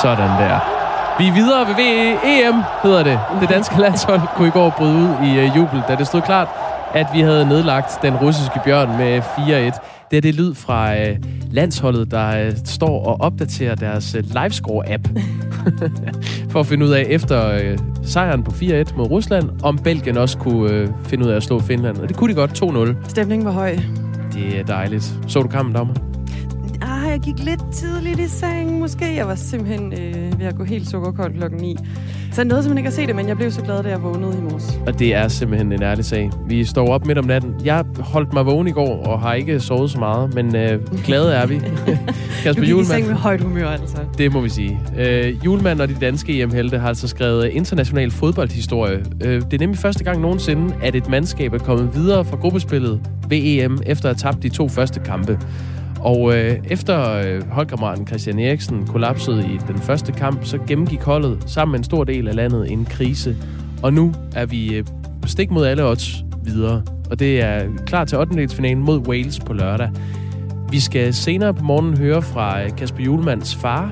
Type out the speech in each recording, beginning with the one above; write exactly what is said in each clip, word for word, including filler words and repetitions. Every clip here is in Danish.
Sådan der. Vi er videre ved E M, hedder det. Det danske landshold kunne i går bryde ud i uh, jubel, da det stod klart, at vi havde nedlagt den russiske bjørn med fire et. Det er det lyd fra uh, landsholdet, der uh, står og opdaterer deres uh, livescore-app. For at finde ud af, efter uh, sejren på fire et mod Rusland, om Belgien også kunne uh, finde ud af at slå Finland. Og det kunne de godt, to nul. Stemningen var høj. Det er dejligt. Så du kampen, Dagmar? Ah, jeg gik lidt tidligt i seng, måske. Jeg var simpelthen øh, ved at gå helt sukkerkold klokken ni. Så jeg nåede simpelthen ikke at se det, men jeg blev så glad, da jeg vågnede i morges. Og det er simpelthen en ærlig sag. Vi står op midt om natten. Jeg holdt mig vågen i går, og har ikke sovet så meget, men øh, glade er vi. Kasper Hjulmand. Du gik i seng med højt humør, altså. Det må vi sige. Øh, Hjulmand og de danske E M-helte har altså skrevet international fodboldhistorie. Øh, det er nemlig første gang nogensinde, at et mandskab er kommet videre fra gruppespillet ved E M, efter at have tabt de to første kampe. Og øh, efter øh, holdkammeraten Christian Eriksen kollapsede i den første kamp, så gennemgik holdet sammen med en stor del af landet en krise. Og nu er vi øh, stik mod alle odds videre. Og det er klar til ottendedelsfinalen mod Wales på lørdag. Vi skal senere på morgenen høre fra øh, Kasper Hjulmands far.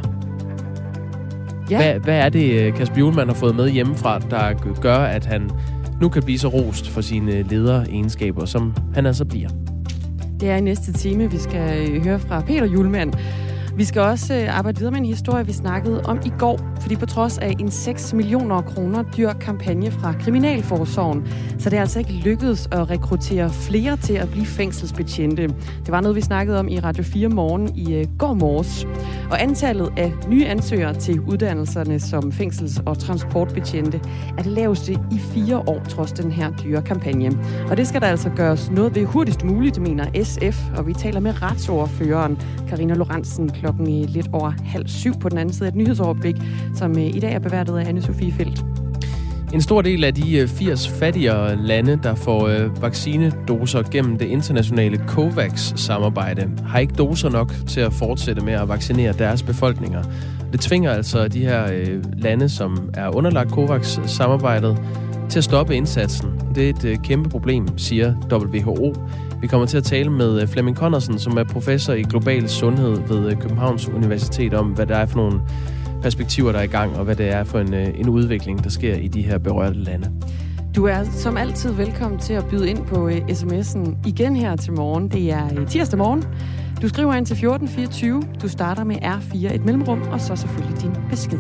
Ja. Hvad, hvad er det, Kasper Hjulmand har fået med hjemmefra, der gør, at han nu kan blive så rost for sine lederegenskaber, som han altså bliver? Det er i næste time, vi skal høre fra Peter Hjulmand. Vi skal også arbejde videre med en historie, vi snakkede om i går, fordi på trods af en seks millioner kroner dyr kampagne fra Kriminalforsorgen, så det er altså ikke lykkedes at rekruttere flere til at blive fængselsbetjente. Det var noget, vi snakkede om i Radio fire Morgen i uh, går morges. Og antallet af nye ansøgere til uddannelserne som fængsels- og transportbetjente er det laveste i fire år, trods den her dyre kampagne. Og det skal der altså gøres noget ved hurtigst muligt, mener S F, og vi taler med retsordføreren Karina Lorentzen klokken lidt over halv syv på den anden side af et nyhedsoverblik, som i dag er beværtet af Anne-Sophie Feldt. En stor del af de firs fattigere lande, der får vaccinedoser gennem det internationale COVAX-samarbejde, har ikke doser nok til at fortsætte med at vaccinere deres befolkninger. Det tvinger altså de her lande, som er underlagt COVAX-samarbejdet, til at stoppe indsatsen. Det er et kæmpe problem, siger W H O. Vi kommer til at tale med Flemming Connersen, som er professor i global sundhed ved Københavns Universitet, om hvad der er for nogle perspektiver, der er i gang, og hvad det er for en, en udvikling, der sker i de her berørte lande. Du er som altid velkommen til at byde ind på sms'en igen her til morgen. Det er tirsdag morgen. Du skriver ind til fjorten fireogtyve. Du starter med R fire, et mellemrum, og så selvfølgelig din besked.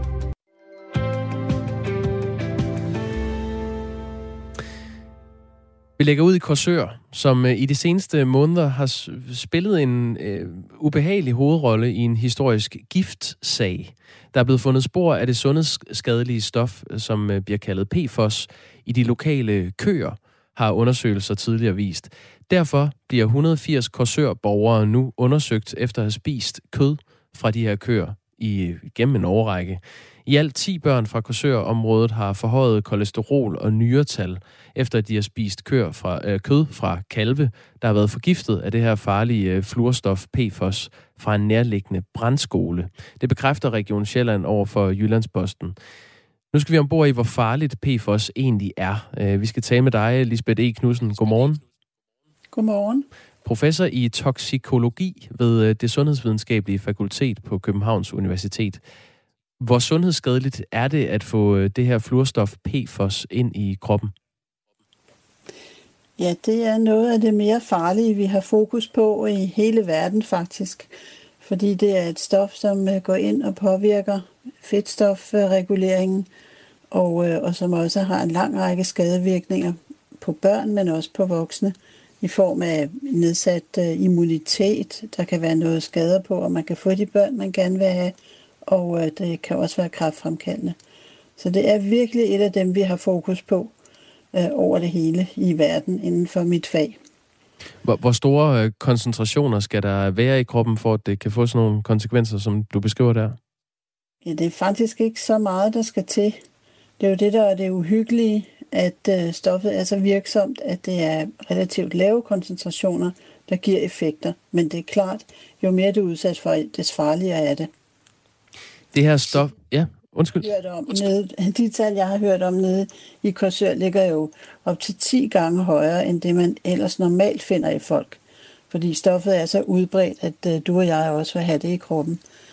Vi lægger ud i Korsør, som i de seneste måneder har spillet en øh, ubehagelig hovedrolle i en historisk giftsag. Der er blevet fundet spor af det sundhedsskadelige stof, som øh, bliver kaldet P F O S, i de lokale køer, har undersøgelser tidligere vist. Derfor bliver et hundrede og firs Korsør-borgere nu undersøgt efter at have spist kød fra de her køer i, gennem en årrække. I alt ti børn fra Korsør-området har forhøjet kolesterol og nyretal, efter at de har spist køer fra, øh, kød fra kalve, der har været forgiftet af det her farlige øh, fluorstof P F O S fra en nærliggende brandskole. Det bekræfter Region Sjælland over for Jyllandsposten. Nu skal vi ombord i, hvor farligt P F O S egentlig er. Øh, vi skal tale med dig, Lisbeth E. Knudsen. Godmorgen. Godmorgen. Professor i toksikologi ved øh, det sundhedsvidenskabelige fakultet på Københavns Universitet. Hvor sundhedsskadeligt er det at få det her fluorstof P F O S ind i kroppen? Ja, det er noget af det mere farlige, vi har fokus på i hele verden faktisk. Fordi det er et stof, som går ind og påvirker fedtstofreguleringen, og, og som også har en lang række skadevirkninger på børn, men også på voksne, i form af nedsat immunitet. Der kan være noget skader på, og man kan få de børn, man gerne vil have, og det kan også være kræftfremkaldende. Så det er virkelig et af dem, vi har fokus på øh, over det hele i verden inden for mit fag. Hvor, hvor store koncentrationer skal der være i kroppen, for at det kan få sådan nogle konsekvenser, som du beskriver der? Ja, det er faktisk ikke så meget, der skal til. Det er jo det, der er det uhyggelige, at øh, stoffet er så virksomt, at det er relativt lave koncentrationer, der giver effekter. Men det er klart, jo mere du er udsat for, des farligere er det. Det her stof... Ja, undskyld. Hørt om nede, de tal, jeg har hørt om nede i Korsør, ligger jo op til ti gange højere, end det man ellers normalt finder i folk. Fordi stoffet er så udbredt, at uh, du og jeg også vil have det i kroppen.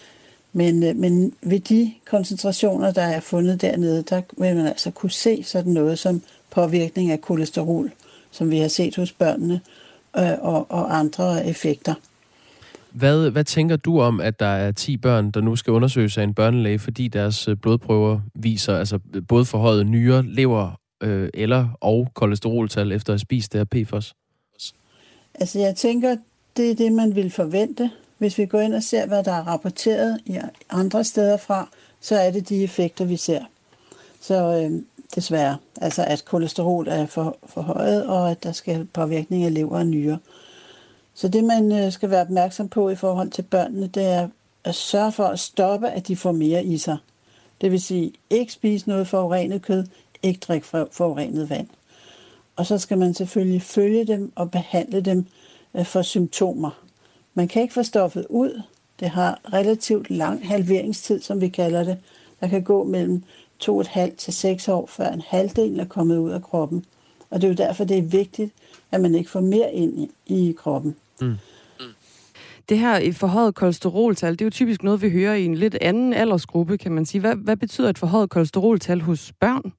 Men, øh, men ved de koncentrationer, der er fundet dernede, der vil man altså kunne se sådan noget som påvirkning af kolesterol, som vi har set hos børnene, øh, og, og andre effekter. Hvad, hvad tænker du om, at der er ti børn, der nu skal undersøges af en børnelæge, fordi deres blodprøver viser altså både forhøjet nyre, lever øh, eller og kolesteroltal efter at have spist det her P F O S? Altså jeg tænker, det er det, man vil forvente. Hvis vi går ind og ser, hvad der er rapporteret i andre steder fra, så er det de effekter, vi ser. Så øh, desværre, altså at kolesterol er for, forhøjet, og at der skal påvirkning af lever og nyre. Så det, man skal være opmærksom på i forhold til børnene, det er at sørge for at stoppe, at de får mere i sig. Det vil sige, ikke spise noget forurenet kød, ikke drikke forurenet vand. Og så skal man selvfølgelig følge dem og behandle dem for symptomer. Man kan ikke få stoffet ud. Det har relativt lang halveringstid, som vi kalder det. Der kan gå mellem to og et halvt til seks år, før en halvdel er kommet ud af kroppen. Og det er jo derfor, det er vigtigt, at man ikke får mere ind i, i kroppen. Mm. Det her forhøjet kolesteroltal, det er jo typisk noget, vi hører i en lidt anden aldersgruppe, kan man sige. Hvad, hvad betyder et forhøjet kolesteroltal hos børn?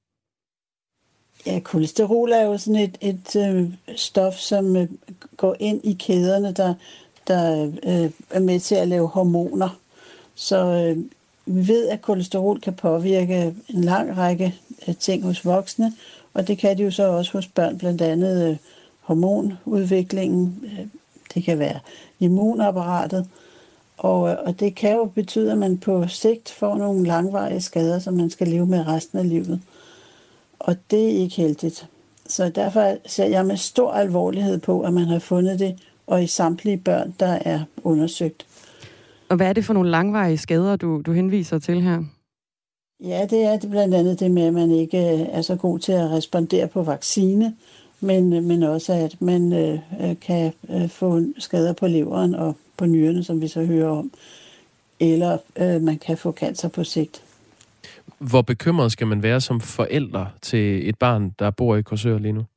Ja, kolesterol er jo sådan et, et øh, stof, som øh, går ind i kæderne, der, der øh, er med til at lave hormoner. Så øh, vi ved, at kolesterol kan påvirke en lang række øh, ting hos voksne, og det kan det jo så også hos børn, blandt andet øh, hormonudviklingen, øh, det kan være immunapparatet, og, øh, og det kan jo betyde, at man på sigt får nogle langvarige skader, som man skal leve med resten af livet. Og det er ikke heldigt. Så derfor ser jeg med stor alvorlighed på, at man har fundet det, og i samtlige børn, der er undersøgt. Og hvad er det for nogle langvarige skader, du, du henviser til her? Ja, det er det blandt andet det med, at man ikke er så god til at respondere på vaccine, men, men også at man øh, kan øh, få skader på leveren og på nyrerne, som vi så hører om, eller øh, man kan få cancer på sigt. Hvor bekymret skal man være som forældre til et barn, der bor i Korsør lige nu?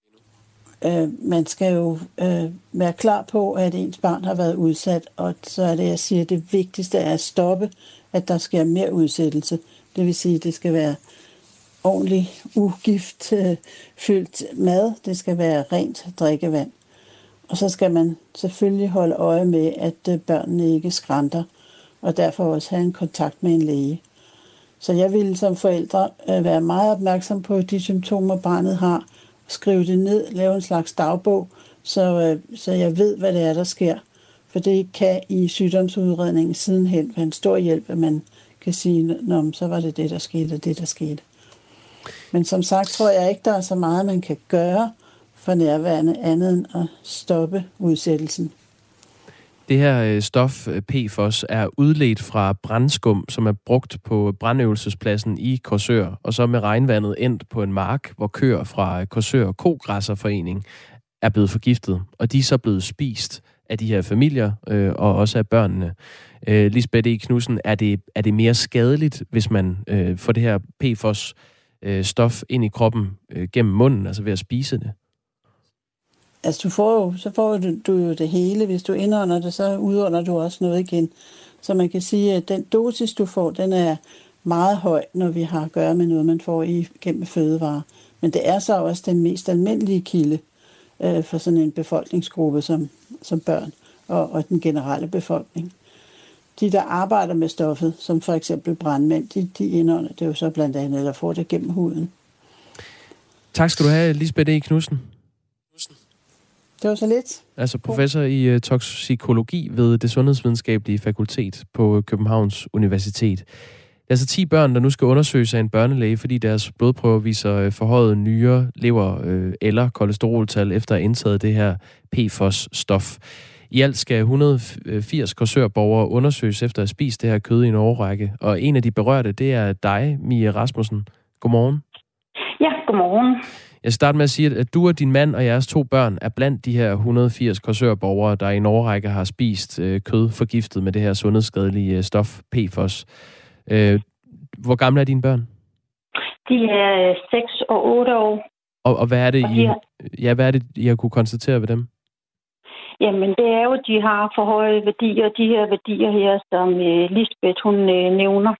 Øh, man skal jo øh, være klar på, at ens barn har været udsat, og så er det, jeg siger, det vigtigste er at stoppe, at der sker mere udsættelse. Det vil sige, at det skal være ordentlig ugift øh, fyldt mad, det skal være rent drikkevand. Og så skal man selvfølgelig holde øje med, at øh, børnene ikke skranter, og derfor også have en kontakt med en læge. Så jeg vil som forældre øh, være meget opmærksom på de symptomer, barnet har, skrive det ned, lave en slags dagbog, så, øh, så jeg ved, hvad det er, der sker. For det kan i sygdomsudredningen sidenhen være en stor hjælp, at man kan sige, nå, så var det det, der skete, og det, der skete. Men som sagt tror jeg ikke, der er så meget, man kan gøre for nærværende andet end at stoppe udsættelsen. Det her stof, P F O S, er udledt fra brandskum, som er brugt på brandøvelsespladsen i Korsør, og så med regnvandet endt på en mark, hvor køer fra Korsør Kogræsserforening er blevet forgiftet, og de er så blevet spist af de her familier øh, og også af børnene. Øh, Lisbeth E. Knudsen, er det, er det mere skadeligt, hvis man øh, får det her P F O S-stof øh, ind i kroppen øh, gennem munden, altså ved at spise det? Altså, du får jo, så får du, du jo det hele. Hvis du indånder det, så udånder du også noget igen. Så man kan sige, at den dosis, du får, den er meget høj, når vi har at gøre med noget, man får i, gennem fødevarer. Men det er så også den mest almindelige kilde øh, for sådan en befolkningsgruppe som, som børn og, og den generelle befolkning. De, der arbejder med stoffet, som for eksempel brandmænd, de, de indånder det jo så blandt andet, eller får det gennem huden. Tak skal du have, Lisbeth E. Knudsen. Det var så lidt. Altså professor i uh, toksikologi ved det sundhedsvidenskabelige fakultet på Københavns Universitet. Det er altså ti børn, der nu skal undersøges af en børnelæge, fordi deres blodprøver viser uh, forhøjet nyre, lever uh, eller kolesteroltal efter at have indtaget det her P F O S-stof. I alt skal et hundrede og firs Korsør-borgere undersøges efter at have spist det her kød i en årrække. Og en af de berørte, det er dig, Mie Rasmussen. Godmorgen. Ja, godmorgen. Jeg starter med at sige, at du og din mand og jeres to børn er blandt de her et hundrede og firs Korsør-borgere, der i en årrække har spist øh, kød forgiftet med det her sundhedsskadelige øh, stof P F O S. Øh, hvor gamle er dine børn? De er seks og otte år. Og, og hvad er det, I, ja, hvad er det, I har kunne konstatere ved dem? Jamen, det er jo, de har for høje værdier, de her værdier her, som øh, Lisbeth, hun øh, nævner.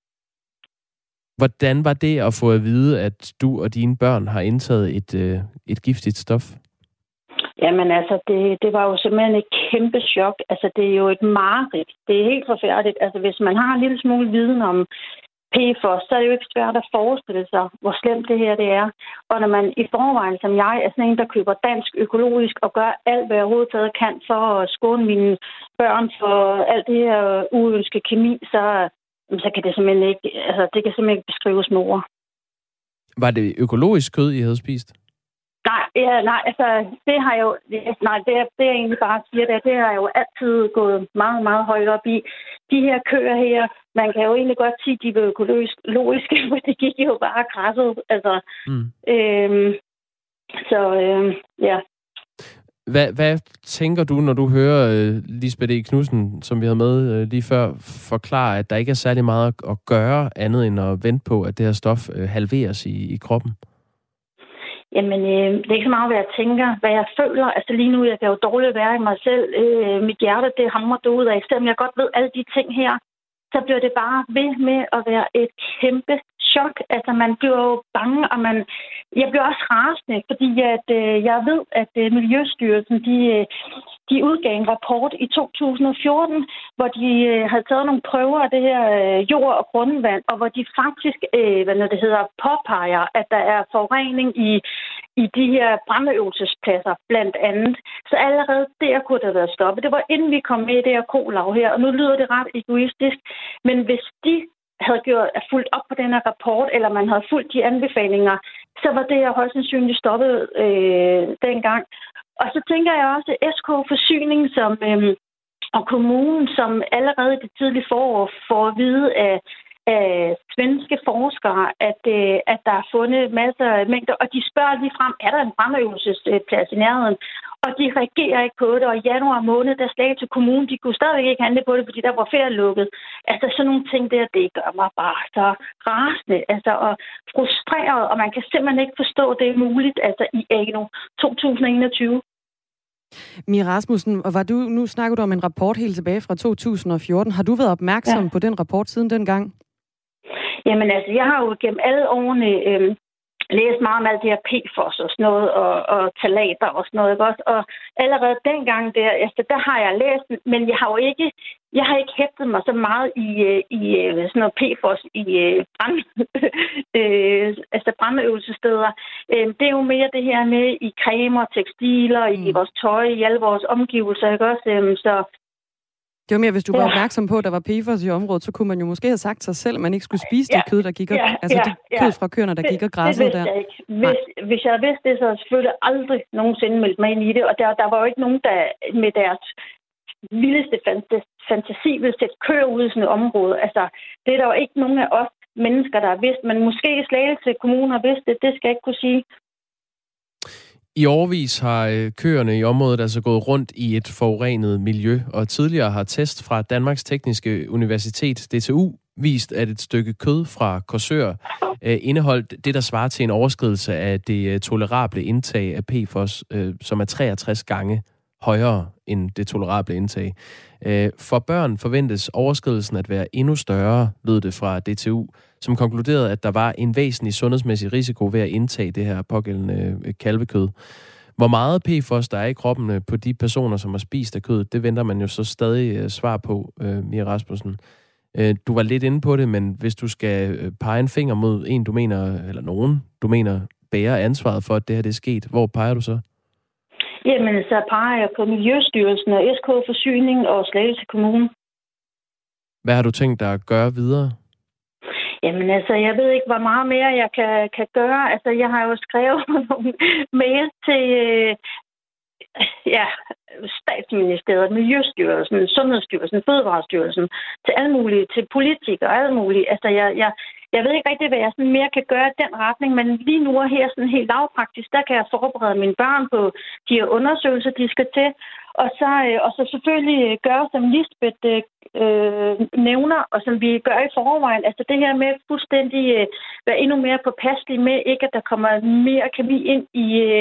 Hvordan var det at få at vide, at du og dine børn har indtaget et, øh, et giftigt stof? Jamen altså, det, det var jo simpelthen et kæmpe chok. Altså, det er jo et mareridt. Det er helt forfærdeligt. Altså, hvis man har en lille smule viden om P F O S, så er det jo ikke svært at forestille sig, hvor slemt det her det er. Og når man i forvejen, som jeg, er sådan en, der køber dansk økologisk og gør alt, hvad jeg overhovedet taget kan for at skåne mine børn for alt det her uønskede kemi, så, så kan det simpelthen ikke, altså, det kan simpelthen ikke beskrives med ord. Var det økologisk kød, I havde spist? Nej, ja, nej, altså, det har jo, nej, det, det jeg egentlig bare siger, det, det har jo altid gået meget, meget højt op i. De her køer her, man kan jo egentlig godt sige, de var økologiske, for det gik jo bare græsset, altså. Mm. Øhm, så, øhm, ja. Hvad, hvad tænker du, når du hører uh, Lisbeth E. Knudsen, som vi havde med uh, lige før, forklare, at der ikke er særlig meget at gøre andet end at vente på, at det her stof uh, halveres i, i kroppen? Jamen, øh, det er ikke så meget, hvad jeg tænker, hvad jeg føler. Altså lige nu, jeg kan jo dårligt være i mig selv. Øh, mit hjerte, det hamrer derud af. Selvom jeg godt ved alle de ting her, så bliver det bare ved med at være et kæmpe chok. Altså, man bliver jo bange, og man... Jeg bliver også rasende, fordi at, øh, jeg ved, at øh, Miljøstyrelsen, de, øh, de udgav en rapport i to tusind og fjorten, hvor de øh, havde taget nogle prøver af det her øh, jord- og grundvand, og hvor de faktisk, øh, hvad det hedder, påpeger, at der er forurening i, i de her brandøvelsespladser, blandt andet. Så allerede der kunne der være stoppet. Det var inden vi kom med i det her kolav her, og nu lyder det ret egoistisk, men hvis de havde gjort, fulgt op på den her rapport, eller man havde fulgt de anbefalinger, så var det her højst sandsynligt stoppet øh, dengang. Og så tænker jeg også, at S K Forsyning som, øh, og kommunen, som allerede i det tidlige forår får at vide af, af svenske forskere, at, øh, at der er fundet masser af mængder, og de spørger lige frem, er der en brandøvelsesplads i nærheden? Og de reagerer ikke på det, og i januar måned, der slag til kommunen, de kunne stadigvæk ikke handle på det, fordi der var ferie lukket. Altså sådan nogle ting der, det gør mig bare så rasende, altså og frustreret, og man kan simpelthen ikke forstå, at det er muligt, altså i anno to tusind og enogtyve. Mia Rasmussen, og var du, nu snakker du om en rapport helt tilbage fra to tusind og fjorten. Har du været opmærksom ja. på den rapport siden dengang? Jamen altså, jeg har jo gennem alle årene... Øh, læst meget om alt det her P F O S og sådan noget, og, og talater og sådan noget, ikke også? Og allerede dengang der, altså, der har jeg læst, men jeg har jo ikke, jeg har ikke hæftet mig så meget i, i sådan noget P F O S i brand, øh, altså brandøvelsessteder. Øh, det er jo mere det her med i cremer, tekstiler, mm. i vores tøj, i alle vores omgivelser, ikke også? Øh, så det var mere, hvis du var opmærksom på, at der var P F O S i området, så kunne man jo måske have sagt sig selv, at man ikke skulle spise det ja, kød, der gik og, ja, altså ja, det kød fra køerne, der gik og græssede der. Jeg hvis, hvis jeg vidste det, så havde jeg selvfølgelig aldrig nogensinde meldt mig ind i det, og der, der var jo ikke nogen, der med deres vildeste fantasi ville sætte køer ud i sådan et område. Altså, det er der jo ikke nogen af os mennesker, der har vidst, men måske Slagelse Kommune har vidst det, det skal jeg ikke kunne sige. I årevis har køerne i området altså gået rundt i et forurenet miljø, og tidligere har test fra Danmarks Tekniske Universitet, D T U, vist, at et stykke kød fra Korsør øh, indeholdt det, der svarer til en overskridelse af det øh, tolerable indtag af P F O S, øh, som er treogtres gange højere end det tolerable indtag. Øh, for børn forventes overskridelsen at være endnu større, lød det fra D T U, som konkluderede, at der var en væsentlig sundhedsmæssig risiko ved at indtage det her pågældende øh, kalvekød. Hvor meget P F O S der er i kroppen øh, på de personer, som har spist af kød, det venter man jo så stadig øh, svar på, øh, Mia Rasmussen. Øh, du var lidt inde på det, men hvis du skal øh, pege en finger mod en, du mener, eller nogen, du mener, bærer ansvaret for, at det her det er sket, hvor peger du så? Jamen, så peger jeg på Miljøstyrelsen og S K Forsyning og Slagelse Kommune. Hvad har du tænkt dig at gøre videre? Jamen altså, jeg ved ikke, hvor meget mere jeg kan, kan gøre. Altså, jeg har jo skrevet nogle mail til øh, ja, Statsministeriet, Miljøstyrelsen, Sundhedsstyrelsen, Fødevarestyrelsen, til alle mulige, til politikere og alle mulige. Altså, jeg, jeg, jeg ved ikke rigtig, hvad jeg sådan mere kan gøre i den retning, men lige nu her sådan helt lavpraktisk, der kan jeg forberede mine børn på de her undersøgelser, de skal til. Og så, og så selvfølgelig gøre, som Lisbeth øh, nævner, og som vi gør i forvejen. Altså det her med fuldstændig øh, være endnu mere påpasselig med, ikke at der kommer mere kemi ind i, øh,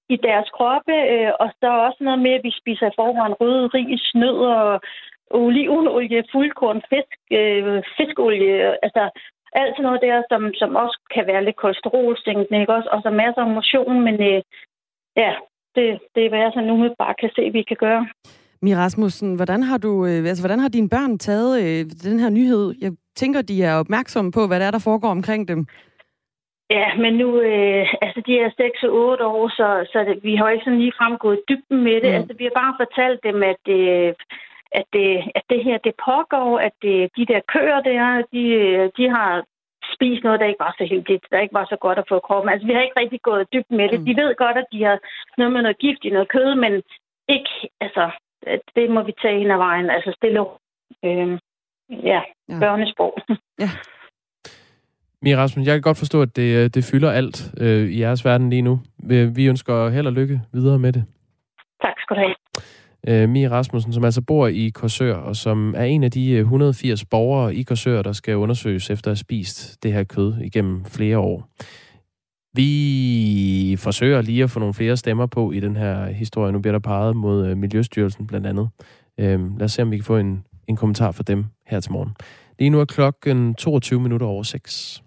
i deres kroppe, øh, og der er også noget med, at vi spiser i forvejen røde ris, nødder, olivenolie, fuldkorn, fisk, øh, fiskolie, altså alt sådan noget der, som, som også kan være lidt kolesterolsænkende, ikke også? Og så masser af motion, men øh, ja, det, det er hvad jeg så nu bare kan se, vi kan gøre. Mie Rasmussen, hvordan har du, øh, altså hvordan har dine børn taget øh, den her nyhed? Jeg tænker, de er opmærksomme på, hvad der er, der foregår omkring dem. Ja, men nu, øh, altså de er seks og otte år, så, så det, vi har ikke sådan lige fremgået dybden med det. Mm. Altså vi har bare fortalt dem, at, øh, at, det, at det her, det pågår, at det, de der køer der, de, de har spist noget, der ikke var så heldigt, der ikke var så godt at få kroppen. Altså vi har ikke rigtig gået dybden med det. De ved godt, at de har noget med noget gift i noget kød, men ikke, altså det må vi tage hen ad vejen, altså stille øh, ja, ja, børnesprog. Ja. Mie Rasmussen, jeg kan godt forstå, at det, det fylder alt øh, i jeres verden lige nu. Vi ønsker held og lykke videre med det. Tak skal du have. Øh, Mie Rasmussen, som altså bor i Korsør, og som er en af de et hundrede og firs borgere i Korsør, der skal undersøges efter at have spist det her kød igennem flere år. Vi forsøger lige at få nogle flere stemmer på i den her historie. Nu bliver der peget mod Miljøstyrelsen blandt andet. Øh, lad os se, om vi kan få en, en kommentar fra dem her til morgen. Lige nu er klokken toogtyve minutter over seks.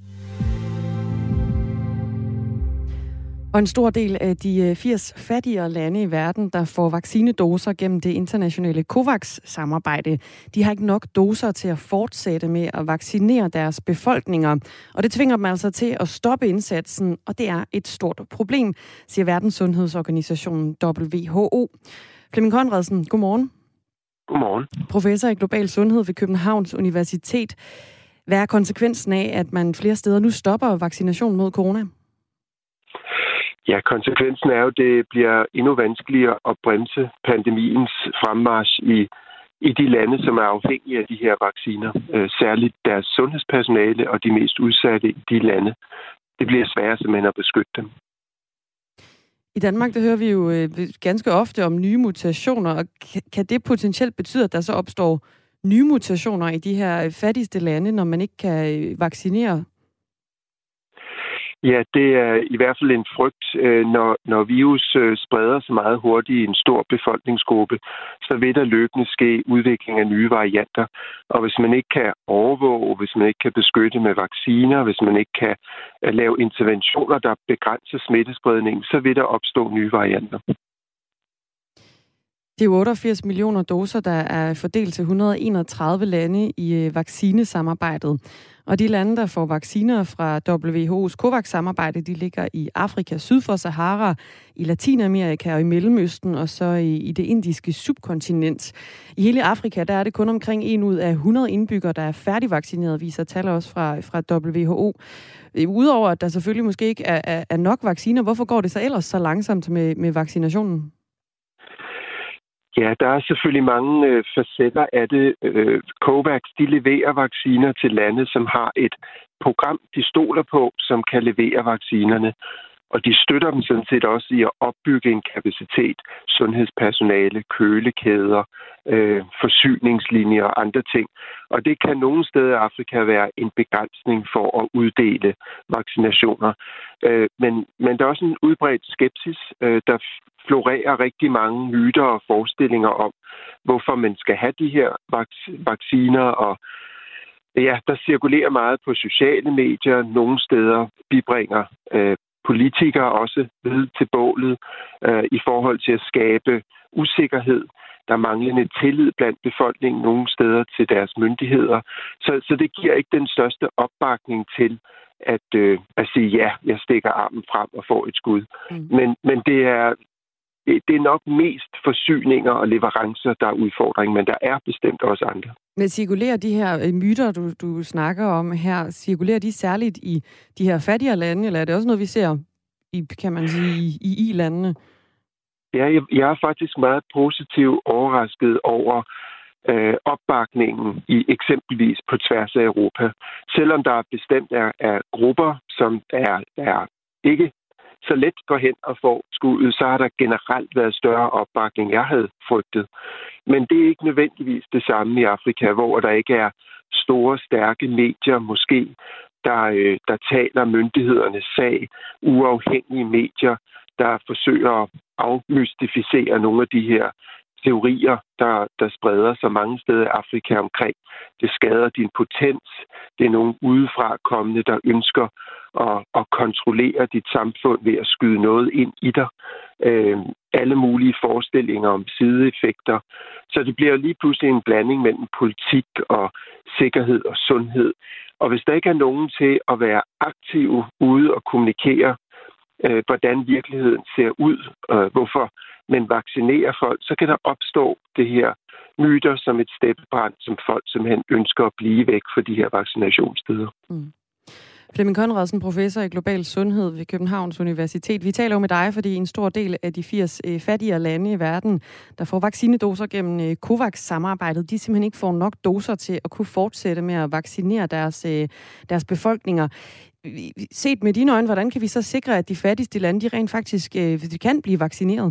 Og en stor del af de firs fattigere lande i verden, der får vaccinedoser gennem det internationale COVAX-samarbejde, de har ikke nok doser til at fortsætte med at vaccinere deres befolkninger. Og det tvinger dem altså til at stoppe indsatsen, og det er et stort problem, siger Verdenssundhedsorganisationen W H O. Flemming Conradsen, godmorgen. Godmorgen. Professor i global sundhed ved Københavns Universitet. Hvad er konsekvensen af, at man flere steder nu stopper vaccination mod corona? Ja, konsekvensen er jo, at det bliver endnu vanskeligere at bremse pandemiens fremmarch i, i de lande, som er afhængige af de her vacciner. Øh, særligt deres sundhedspersonale og de mest udsatte i de lande. Det bliver sværere simpelthen at beskytte dem. I Danmark, der hører vi jo øh, ganske ofte om nye mutationer, og kan det potentielt betyde, at der så opstår nye mutationer i de her fattigste lande, når man ikke kan vaccinere? Ja, det er i hvert fald en frygt, når, når virus spreder sig meget hurtigt i en stor befolkningsgruppe, så vil der løbende ske udvikling af nye varianter. Og hvis man ikke kan overvåge, hvis man ikke kan beskytte med vacciner, hvis man ikke kan lave interventioner, der begrænser smittespredningen, så vil der opstå nye varianter. Det er otteogfirs millioner doser, der er fordelt til et hundrede og enogtredive lande i vaccinesamarbejdet. Og de lande, der får vacciner fra W H O's COVAX-samarbejde, de ligger i Afrika, syd for Sahara, i Latinamerika og i Mellemøsten, og så i, i det indiske subkontinent. I hele Afrika, der er det kun omkring en ud af hundrede indbyggere, der er færdigvaccineret, viser tal også fra, fra W H O. Udover at der selvfølgelig måske ikke er, er, er nok vacciner, hvorfor går det så ellers så langsomt med, med vaccinationen? Ja, der er selvfølgelig mange øh, facetter af det. Øh, COVAX, de leverer vacciner til lande, som har et program, de stoler på, som kan levere vaccinerne. Og de støtter dem sådan set også i at opbygge en kapacitet, sundhedspersonale, kølekæder, øh, forsyningslinjer og andre ting. Og det kan nogle steder i Afrika være en begrænsning for at uddele vaccinationer. Øh, men, men der er også en udbredt skepsis, øh, der florerer rigtig mange myter og forestillinger om, hvorfor man skal have de her vac- vacciner. Og ja, der cirkulerer meget på sociale medier. Nogle steder bibringer øh, politikere også ved til bålet øh, i forhold til at skabe usikkerhed. Der er manglende tillid blandt befolkningen nogle steder til deres myndigheder. Så, så det giver ikke den største opbakning til at, øh, at sige, ja, jeg stikker armen frem og får et skud. Mm. Men, men det er det er nok mest forsyninger og leverancer, der er udfordringen, men der er bestemt også andre. Men cirkulerer de her myter, du, du snakker om her, cirkulerer de særligt i de her fattigere lande, eller er det også noget, vi ser i, kan man sige, i, i i-landene? Ja, jeg, jeg er faktisk meget positivt overrasket over øh, opbakningen i eksempelvis på tværs af Europa. Selvom der bestemt er, er grupper, som er, er ikke så let går hen og får skuddet, så har der generelt været større opbakning, jeg havde frygtet. Men det er ikke nødvendigvis det samme i Afrika, hvor der ikke er store, stærke medier, måske, der, øh, der taler myndighedernes sag, uafhængige medier, der forsøger at afmystificere nogle af de her teorier, der, der spreder sig mange steder i Afrika omkring. Det skader din potens. Det er nogen udefra kommende, der ønsker at, at kontrollere dit samfund ved at skyde noget ind i dig. Øh, alle mulige forestillinger om sideeffekter. Så det bliver lige pludselig en blanding mellem politik og sikkerhed og sundhed. Og hvis der ikke er nogen til at være aktive ude og kommunikere, øh, hvordan virkeligheden ser ud, øh, hvorfor man vaccinerer folk, så kan der opstå det her myter som et steppebrand, som folk simpelthen ønsker at blive væk fra de her vaccinationssteder. Mm. Flemming Conradsen, professor i global sundhed ved Københavns Universitet. Vi taler jo med dig, fordi en stor del af de firs øh, fattigere lande i verden, der får vaccinedoser gennem øh, COVAX-samarbejdet, de simpelthen ikke får nok doser til at kunne fortsætte med at vaccinere deres, øh, deres befolkninger. Set med dine øjne, hvordan kan vi så sikre, at de fattigste lande, de rent faktisk øh, de kan blive vaccineret?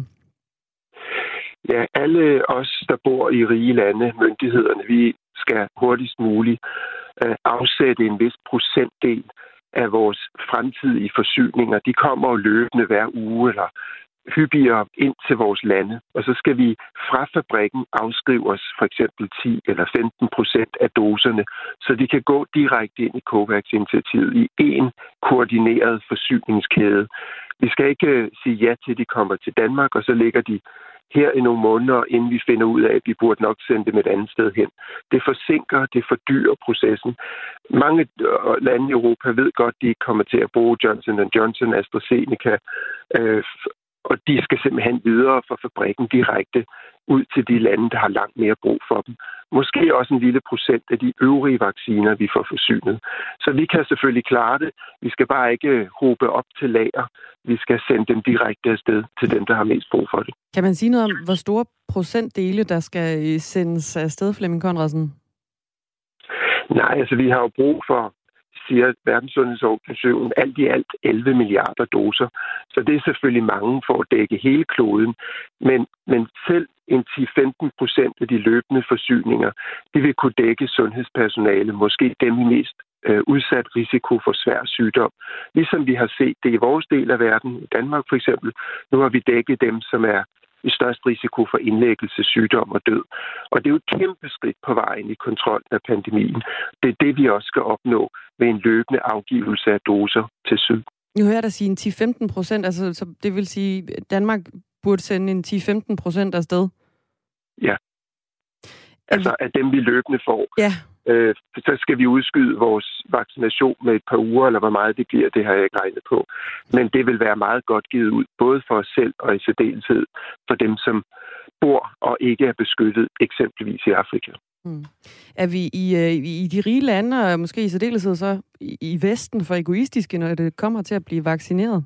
Ja, alle os, der bor i rige lande, myndighederne, vi skal hurtigst muligt øh, afsætte en vis procentdel af vores fremtidige forsyninger. De kommer jo løbende hver uge eller hyppigere ind til vores lande. Og så skal vi fra fabrikken afskrive os for eksempel ti eller femten procent af doserne, så de kan gå direkte ind i COVAX-initiativet i en koordineret forsyningskæde. Vi skal ikke sige ja til, at de kommer til Danmark, og så ligger de her i nogle måneder, inden vi finder ud af, at vi burde nok sende dem et andet sted hen. Det forsinker, det fordyrer processen. Mange lande i Europa ved godt, at de ikke kommer til at bruge Johnson and Johnson, AstraZeneca, øh, og de skal simpelthen videre fra fabrikken direkte ud til de lande, der har langt mere brug for dem. Måske også en lille procent af de øvrige vacciner, vi får forsynet. Så vi kan selvfølgelig klare det. Vi skal bare ikke hobe op til lager. Vi skal sende dem direkte afsted til dem, der har mest brug for det. Kan man sige noget om, hvor store procentdele, der skal sendes afsted, Flemming Conradsen? Nej, altså vi har jo brug for, siger Verdenssundhedsorganisationen, alt i alt elleve milliarder doser. Så det er selvfølgelig mange for at dække hele kloden. Men, men selv en ti til femten procent af de løbende forsyninger, det vil kunne dække sundhedspersonale, måske dem i mest øh, udsat risiko for svær sygdom. Ligesom vi har set det i vores del af verden, i Danmark for eksempel, nu har vi dækket dem, som er i størst risiko for indlæggelse, sygdom og død. Og det er jo et kæmpe skridt på vejen i kontrollen af pandemien. Det er det, vi også skal opnå med en løbende afgivelse af doser til syd. Nu hører jeg dig sige en ti til femten procent, altså så det vil sige, at Danmark burde sende en ti til femten procent afsted? Ja. Altså af dem, vi løbende får. Ja. Øh, så skal vi udskyde vores vaccination med et par uger, eller hvor meget det bliver, det har jeg ikke regnet på. Men det vil være meget godt givet ud, både for os selv og i særdeleshed for dem, som bor og ikke er beskyttet, eksempelvis i Afrika. Hmm. Er vi i, i de rige lande, og måske i særdeleshed så i, i Vesten, for egoistiske, når det kommer til at blive vaccineret?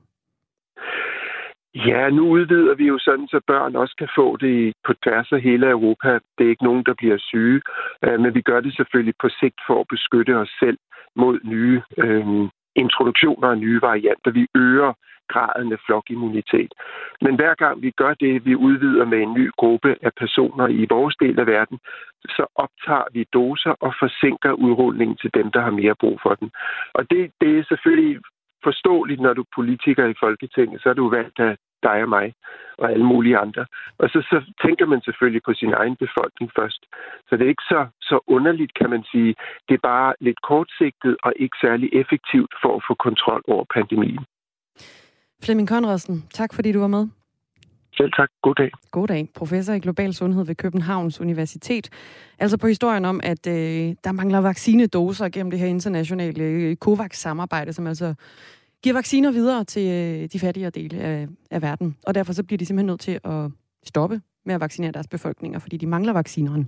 Ja, nu udvider vi jo sådan, så børn også kan få det på tværs af hele Europa. Det er ikke nogen, der bliver syge, men vi gør det selvfølgelig på sigt for at beskytte os selv mod nye øh, introduktioner af nye varianter. Vi øger graden af flokimmunitet. Men hver gang vi gør det, vi udvider med en ny gruppe af personer i vores del af verden, så optager vi doser og forsinker udrulningen til dem, der har mere brug for den. Og det, det er selvfølgelig forståeligt, når du er politiker i Folketinget, så er du valgt af dig og mig og alle mulige andre. Og så, så tænker man selvfølgelig på sin egen befolkning først. Så det er ikke så, så underligt, kan man sige. Det er bare lidt kortsigtet og ikke særlig effektivt for at få kontrol over pandemien. Flemming Conradsen, tak fordi du var med. Selv tak. God dag. God dag. Professor i global sundhed ved Københavns Universitet. Altså på historien om, at øh, der mangler vaccinedoser gennem det her internationale øh, COVAX-samarbejde, som altså giver vacciner videre til øh, de fattigere dele af, af verden. Og derfor så bliver de simpelthen nødt til at stoppe med at vaccinere deres befolkninger, fordi de mangler vaccinerne.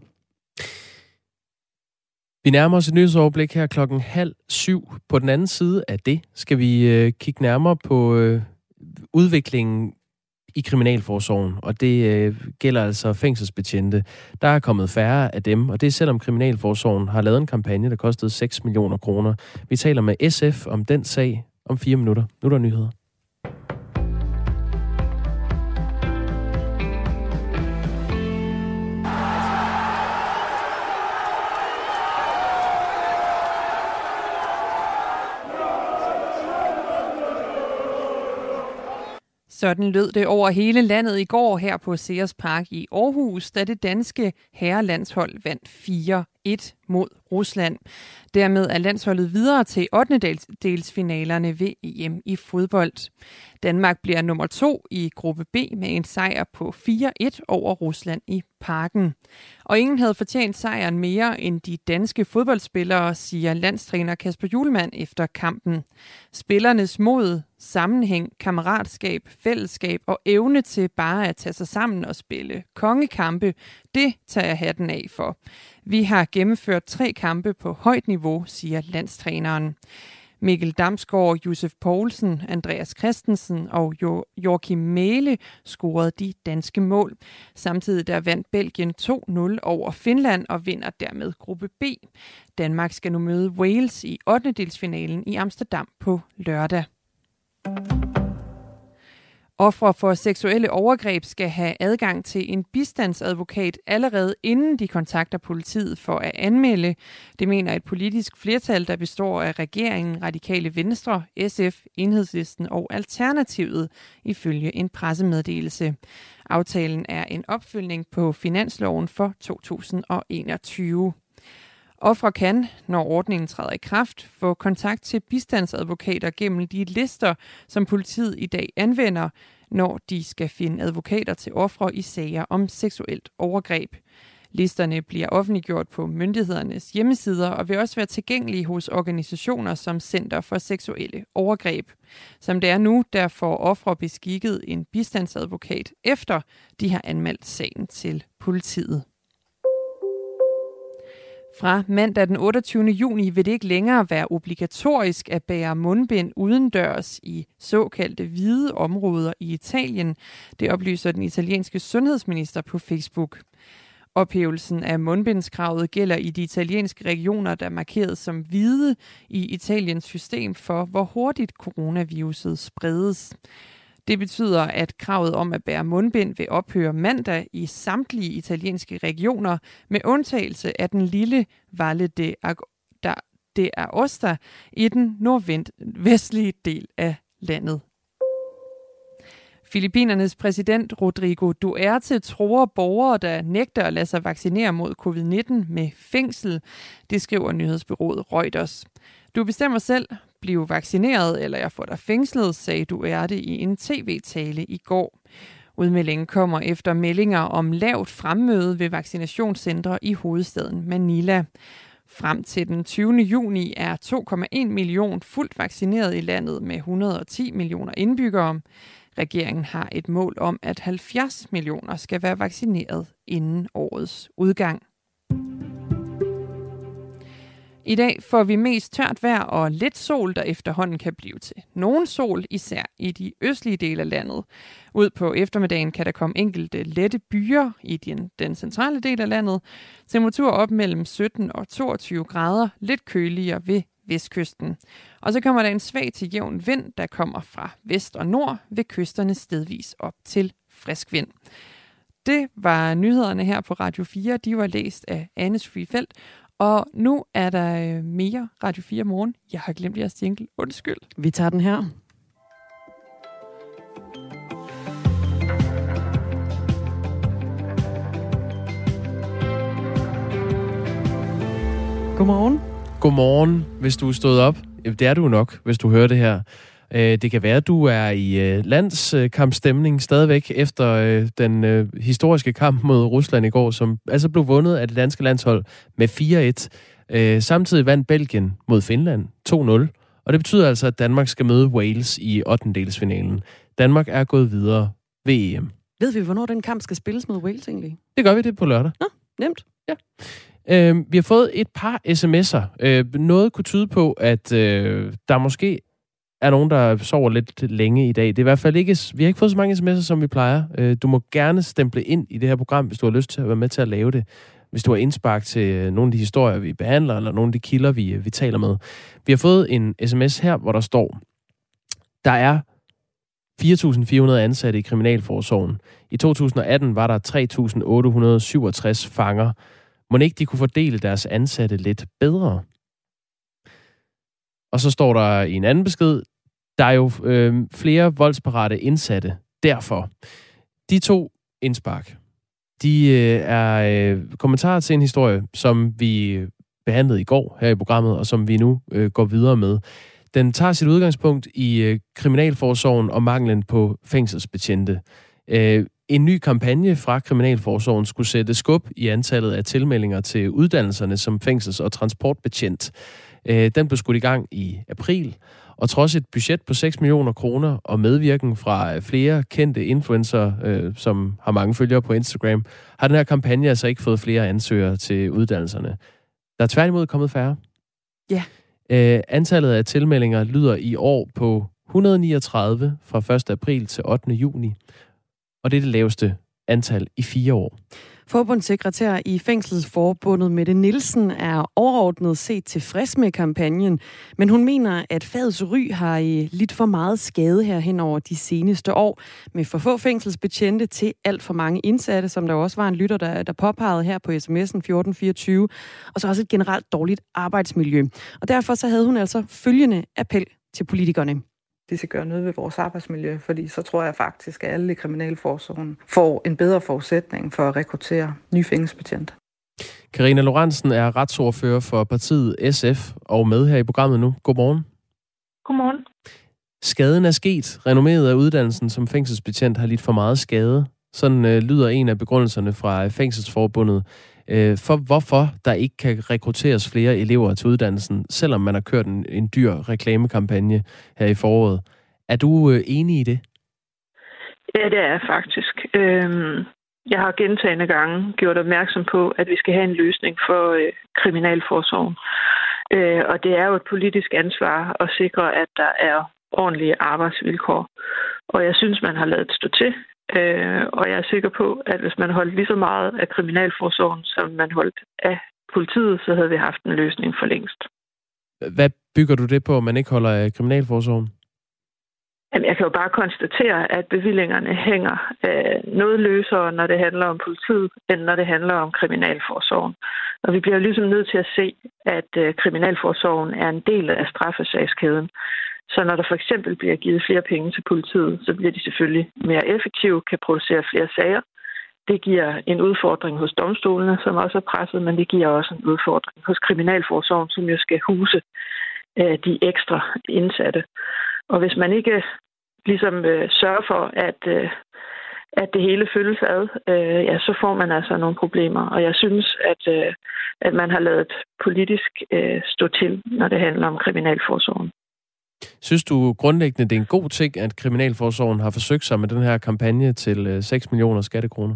Vi nærmer os et nyhedsoverblik her klokken halv syv. På den anden side af det skal vi øh, kigge nærmere på øh, udviklingen i kriminalforsorgen, og det øh, gælder altså fængselsbetjente. Der er kommet færre af dem, og det er selvom kriminalforsorgen har lavet en kampagne, der kostede seks millioner kroner. Vi taler med S F om den sag om fire minutter. Nu er der nyheder. Sådan lød det over hele landet i går her på Sears Park i Aarhus, da det danske herrelandshold vandt fire et mod Rusland. Dermed er landsholdet videre til ottendedelsfinalerne ved E M i fodbold. Danmark bliver nummer to i gruppe B med en sejr på fire et over Rusland i Parken. Og ingen havde fortjent sejren mere end de danske fodboldspillere, siger landstræner Kasper Hjulmand efter kampen. Spillernes mod, sammenhæng, kammeratskab, fællesskab og evne til bare at tage sig sammen og spille kongekampe, det tager jeg hatten af for. Vi har gennemført tre kampe på højt niveau, siger landstræneren. Mikkel Damsgaard, Josef Poulsen, Andreas Christensen og jo- Joachim Mæhle scorede de danske mål. Samtidig der vandt Belgien to nul over Finland og vinder dermed gruppe B. Danmark skal nu møde Wales i ottendedelsfinalen i Amsterdam på lørdag. Ofre for seksuelle overgreb skal have adgang til en bistandsadvokat allerede inden de kontakter politiet for at anmelde. Det mener et politisk flertal, der består af regeringen, Radikale Venstre, S F, Enhedslisten og Alternativet, ifølge en pressemeddelelse. Aftalen er en opfølgning på finansloven for to tusind og enogtyve. Ofre kan, når ordningen træder i kraft, få kontakt til bistandsadvokater gennem de lister, som politiet i dag anvender, når de skal finde advokater til ofre i sager om seksuelt overgreb. Listerne bliver offentliggjort på myndighedernes hjemmesider og vil også være tilgængelige hos organisationer som Center for Seksuelle Overgreb. Som det er nu, der får ofre beskikket en bistandsadvokat, efter de har anmeldt sagen til politiet. Fra mandag den otteogtyvende juni vil det ikke længere være obligatorisk at bære mundbind udendørs i såkaldte hvide områder i Italien. Det oplyser den italienske sundhedsminister på Facebook. Ophævelsen af mundbindskravet gælder i de italienske regioner, der er markeret som hvide i Italiens system for, hvor hurtigt coronaviruset spredes. Det betyder, at kravet om at bære mundbind vil ophøre mandag i samtlige italienske regioner, med undtagelse af den lille Valle de Aosta i den nordvestlige del af landet. Filippinernes præsident Rodrigo Duterte truer borgere, der nægter at lade sig vaccinere mod covid nitten med fængsel. Det skriver nyhedsbureauet Reuters. Du bestemmer selv, bliv vaccineret, eller jeg får dig fængslet, sagde Duterte i en tv-tale i går. Udmeldingen kommer efter meldinger om lavt fremmøde ved vaccinationscentre i hovedstaden Manila. Frem til den tyvende juni er to komma en million fuldt vaccineret i landet med et hundrede og ti millioner indbyggere. Regeringen har et mål om, at halvfjerds millioner skal være vaccineret inden årets udgang. I dag får vi mest tørt vejr og lidt sol, der efterhånden kan blive til nogen sol, især i de østlige dele af landet. Ud på eftermiddagen kan der komme enkelte lette byer i den, den centrale del af landet. Temperatur op mellem sytten og toogtyve grader, lidt køligere ved vestkysten. Og så kommer der en svag til jævn vind, der kommer fra vest og nord ved kysterne stedvis op til frisk vind. Det var nyhederne her på Radio fire. De var læst af Anne Sofie Feldt. Og nu er der mere Radio fire morgen. Jeg har glemt jeres jingle. Undskyld. Vi tager den her. Godmorgen. Godmorgen, hvis du er stået op. Det er du nok, hvis du hører det her. Det kan være, at du er i landskampstemning stadigvæk efter den historiske kamp mod Rusland i går, som altså blev vundet af det danske landshold med fire et. Samtidig vandt Belgien mod Finland to nul, og det betyder altså, at Danmark skal møde Wales i ottendedelsfinalen. Danmark er gået videre ved E M. Ved vi, hvornår den kamp skal spilles mod Wales egentlig? Det gør vi det på lørdag. Nå, nemt. Ja. Øh, vi har fået et par sms'er. Øh, noget kunne tyde på, at øh, der måske er nogen, der sover lidt længe i dag. Det er i hvert fald ikke, vi har ikke fået så mange sms'er, som vi plejer. Øh, du må gerne stemple ind i det her program, hvis du har lyst til at være med til at lave det. Hvis du har indspark til nogle af de historier, vi behandler, eller nogle af de kilder, vi, vi taler med. Vi har fået en sms her, hvor der står, der er fire tusind fire hundrede ansatte i Kriminalforsorgen. I to tusind og atten var der tre tusind otte hundrede syvogtres fanger. Må ikke de kunne fordele deres ansatte lidt bedre? Og så står der i en anden besked, der er jo øh, flere voldsparate indsatte. derfor. De to indspark, de øh, er øh, kommentarer til en historie, som vi behandlede i går her i programmet, og som vi nu øh, går videre med. Den tager sit udgangspunkt i øh, kriminalforsorgen og manglen på fængselsbetjente. Øh, en ny kampagne fra kriminalforsorgen skulle sætte skub i antallet af tilmeldinger til uddannelserne som fængsels- og transportbetjent. Øh, den blev skudt i gang i april, og trods et budget på seks millioner kroner og medvirken fra flere kendte influencer, øh, som har mange følgere på Instagram, har den her kampagne altså ikke fået flere ansøgere til uddannelserne. Der er tværtimod kommet færre. Ja. Øh, antallet af tilmeldinger lyder i år på et hundrede og niogtredive fra første april til ottende juni, og det er det laveste antal i fire år. Forbundssekretær i Fængselsforbundet Mette Nielsen er overordnet set tilfreds med kampagnen, men hun mener, at fagets ry har lidt for meget skade her hen over de seneste år, med for få fængselsbetjente til alt for mange indsatte, som der også var en lytter, der, der påpegede her på sms'en fjorten fireogtyve, og så også et generelt dårligt arbejdsmiljø. Og derfor så havde hun altså følgende appel til politikerne. De skal gøre noget ved vores arbejdsmiljø, fordi så tror jeg faktisk, at alle i kriminalforsorgen får en bedre forudsætning for at rekruttere nye fængselsbetjente. Karina Lorentzen er retsordfører for partiet S F og med her i programmet nu. Godmorgen. Godmorgen. Skaden er sket. Renomméet af uddannelsen som fængselsbetjent har lidt for meget skade. Sådan øh, lyder en af begrundelserne fra Fængselsforbundet øh, for, hvorfor der ikke kan rekrutteres flere elever til uddannelsen, selvom man har kørt en, en dyr reklamekampagne her i foråret. Er du øh, enig i det? Ja, det er jeg faktisk. Øhm, jeg har gentagne gange gjort opmærksom på, at vi skal have en løsning for øh, kriminalforsorgen. Øh, og det er jo et politisk ansvar at sikre, at der er ordentlige arbejdsvilkår. Og jeg synes, man har ladet stå til. Øh, og jeg er sikker på, at hvis man holdt lige så meget af kriminalforsorgen, som man holdt af politiet, så havde vi haft en løsning for længst. Hvad bygger du det på, at man ikke holder af kriminalforsorgen? Jamen, jeg kan jo bare konstatere, at bevillingerne hænger øh, noget løsere, når det handler om politiet, end når det handler om kriminalforsorgen. Og vi bliver jo ligesom nødt til at se, at øh, kriminalforsorgen er en del af straffesagskæden. Så når der for eksempel bliver givet flere penge til politiet, så bliver de selvfølgelig mere effektive, kan producere flere sager. Det giver en udfordring hos domstolene, som også er presset, men det giver også en udfordring hos kriminalforsorgen, som jo skal huse øh, de ekstra indsatte. Og hvis man ikke ligesom øh, sørger for, at, øh, at det hele følges ad, øh, ja, så får man altså nogle problemer. Og jeg synes, at, øh, at man har ladet politisk øh, stå til, når det handler om kriminalforsorgen. Synes du grundlæggende, det er en god ting, at kriminalforsorgen har forsøgt sig med den her kampagne til øh, seks millioner skattekroner?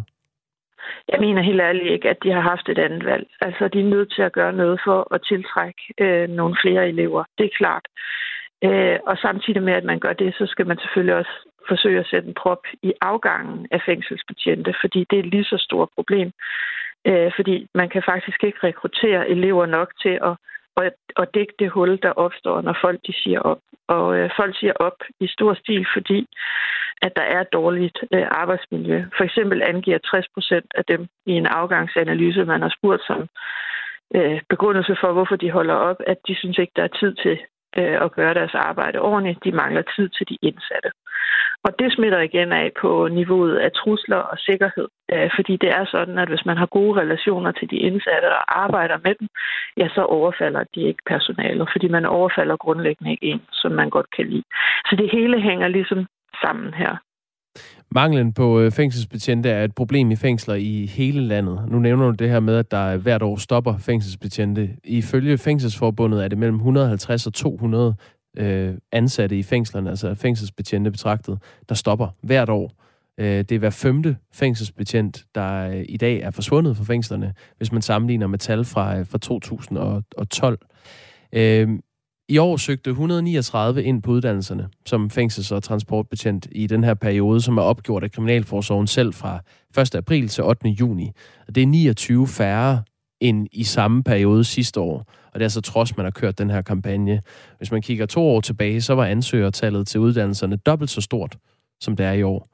Jeg mener helt ærligt ikke, at de har haft et andet valg. Altså, de er nødt til at gøre noget for at tiltrække øh, nogle flere elever. Det er klart. Øh, og samtidig med, at man gør det, så skal man selvfølgelig også forsøge at sætte en prop i afgangen af fængselsbetjente, fordi det er et lige så stort problem. Øh, fordi man kan faktisk ikke rekruttere elever nok til at, at, at dække det hul, der opstår, når folk de siger op. Og øh, folk siger op i stor stil, fordi at der er et dårligt øh, arbejdsmiljø. For eksempel angiver tres procent af dem i en afgangsanalyse, man har spurgt som øh, begrundelse for, hvorfor de holder op, at de synes ikke, der er tid til at gøre deres arbejde ordentligt. De mangler tid til de indsatte. Og det smitter igen af på niveauet af trusler og sikkerhed. Fordi det er sådan, at hvis man har gode relationer til de indsatte og arbejder med dem, ja, så overfalder de ikke personalet, fordi man overfalder grundlæggende ikke en, som man godt kan lide. Så det hele hænger ligesom sammen her. Manglen på fængselsbetjente er et problem i fængsler i hele landet. Nu nævner du det her med, at der hvert år stopper fængselsbetjente. Ifølge Fængselsforbundet er det mellem et hundrede og halvtreds og to hundrede øh, ansatte i fængslerne, altså fængselsbetjente betragtet, der stopper hvert år. Det er hver femte fængselsbetjent, der i dag er forsvundet fra fængslerne, hvis man sammenligner med tal fra, fra to tusind og tolv. Øh, I år søgte et hundrede og niogtredive ind på uddannelserne som fængsels- og transportbetjent i den her periode, som er opgjort af kriminalforsorgen selv fra første april til ottende juni. Og det er niogtyve færre end i samme periode sidste år. Og det er altså trods, man har kørt den her kampagne. Hvis man kigger to år tilbage, så var ansøgertallet til uddannelserne dobbelt så stort, som det er i år.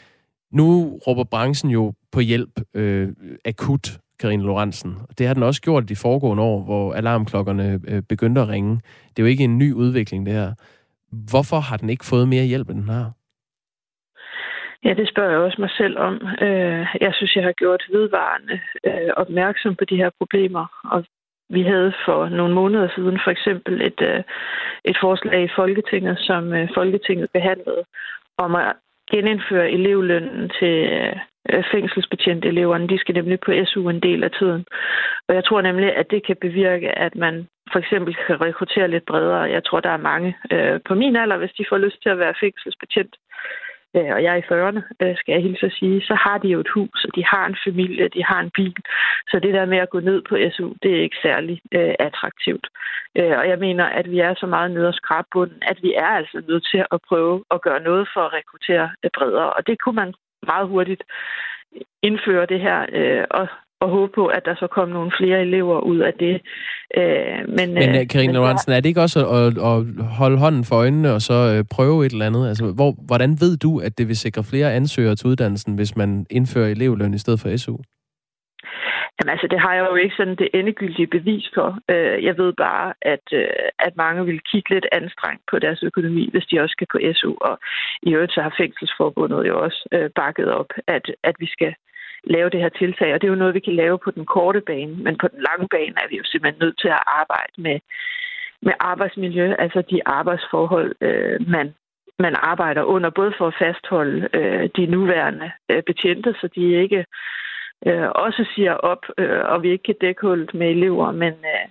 Nu råber branchen jo på hjælp øh, akut, Karina Lorentzen. Det har den også gjort de foregående år, hvor alarmklokkerne øh, begyndte at ringe. Det er jo ikke en ny udvikling, det her. Hvorfor har den ikke fået mere hjælp, end den har? Ja, det spørger jeg også mig selv om. Jeg synes, jeg har gjort vedvarende opmærksom på de her problemer, og vi havde for nogle måneder siden for eksempel et, et forslag i Folketinget, som Folketinget behandlede, om at genindføre elevlønnen til fængselsbetjente eleverne. De skal nemlig på S U en del af tiden. Og jeg tror nemlig, at det kan bevirke, at man for eksempel kan rekruttere lidt bredere. Jeg tror, der er mange øh, på min alder, hvis de får lyst til at være fængselsbetjent, øh, og jeg er i fyrrerne, øh, skal jeg hilse at sige, så har de jo et hus, og de har en familie, de har en bil. Så det der med at gå ned på S U, det er ikke særlig øh, attraktivt. Øh, og jeg mener, at vi er så meget nede og skrabe bunden, at vi er altså nødt til at prøve at gøre noget for at rekruttere bredere. Og det kunne man meget hurtigt indføre det her, øh, og, og håbe på, at der så kommer nogle flere elever ud af det. Øh, men men Karina Lorentzen, er det ikke også at, at holde hånden for øjnene og så øh, prøve et eller andet? Altså, hvor, hvordan ved du, at det vil sikre flere ansøgere til uddannelsen, hvis man indfører elevløn i stedet for S U? Jamen altså, det har jeg jo ikke sådan det endegyldige bevis for. Jeg ved bare, at, at mange vil kigge lidt anstrengt på deres økonomi, hvis de også skal på S U. Og i øvrigt så har Fængselsforbundet jo også bakket op, at, at vi skal lave det her tiltag. Og det er jo noget, vi kan lave på den korte bane. Men på den lange bane er vi jo simpelthen nødt til at arbejde med, med arbejdsmiljø, altså de arbejdsforhold, man man arbejder under, både for at fastholde de nuværende betjente, så de ikke Øh, også siger op, øh, og vi ikke kan dække hullet med elever, men, øh,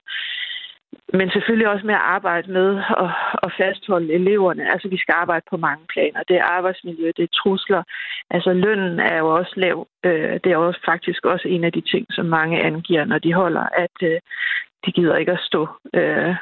men selvfølgelig også med at arbejde med at, at fastholde eleverne. Altså, vi skal arbejde på mange planer. Det er arbejdsmiljø, det er trusler. Altså, lønnen er jo også lav. Øh, det er også faktisk også en af de ting, som mange angiver, når de holder, at øh, de gider ikke at stå øh,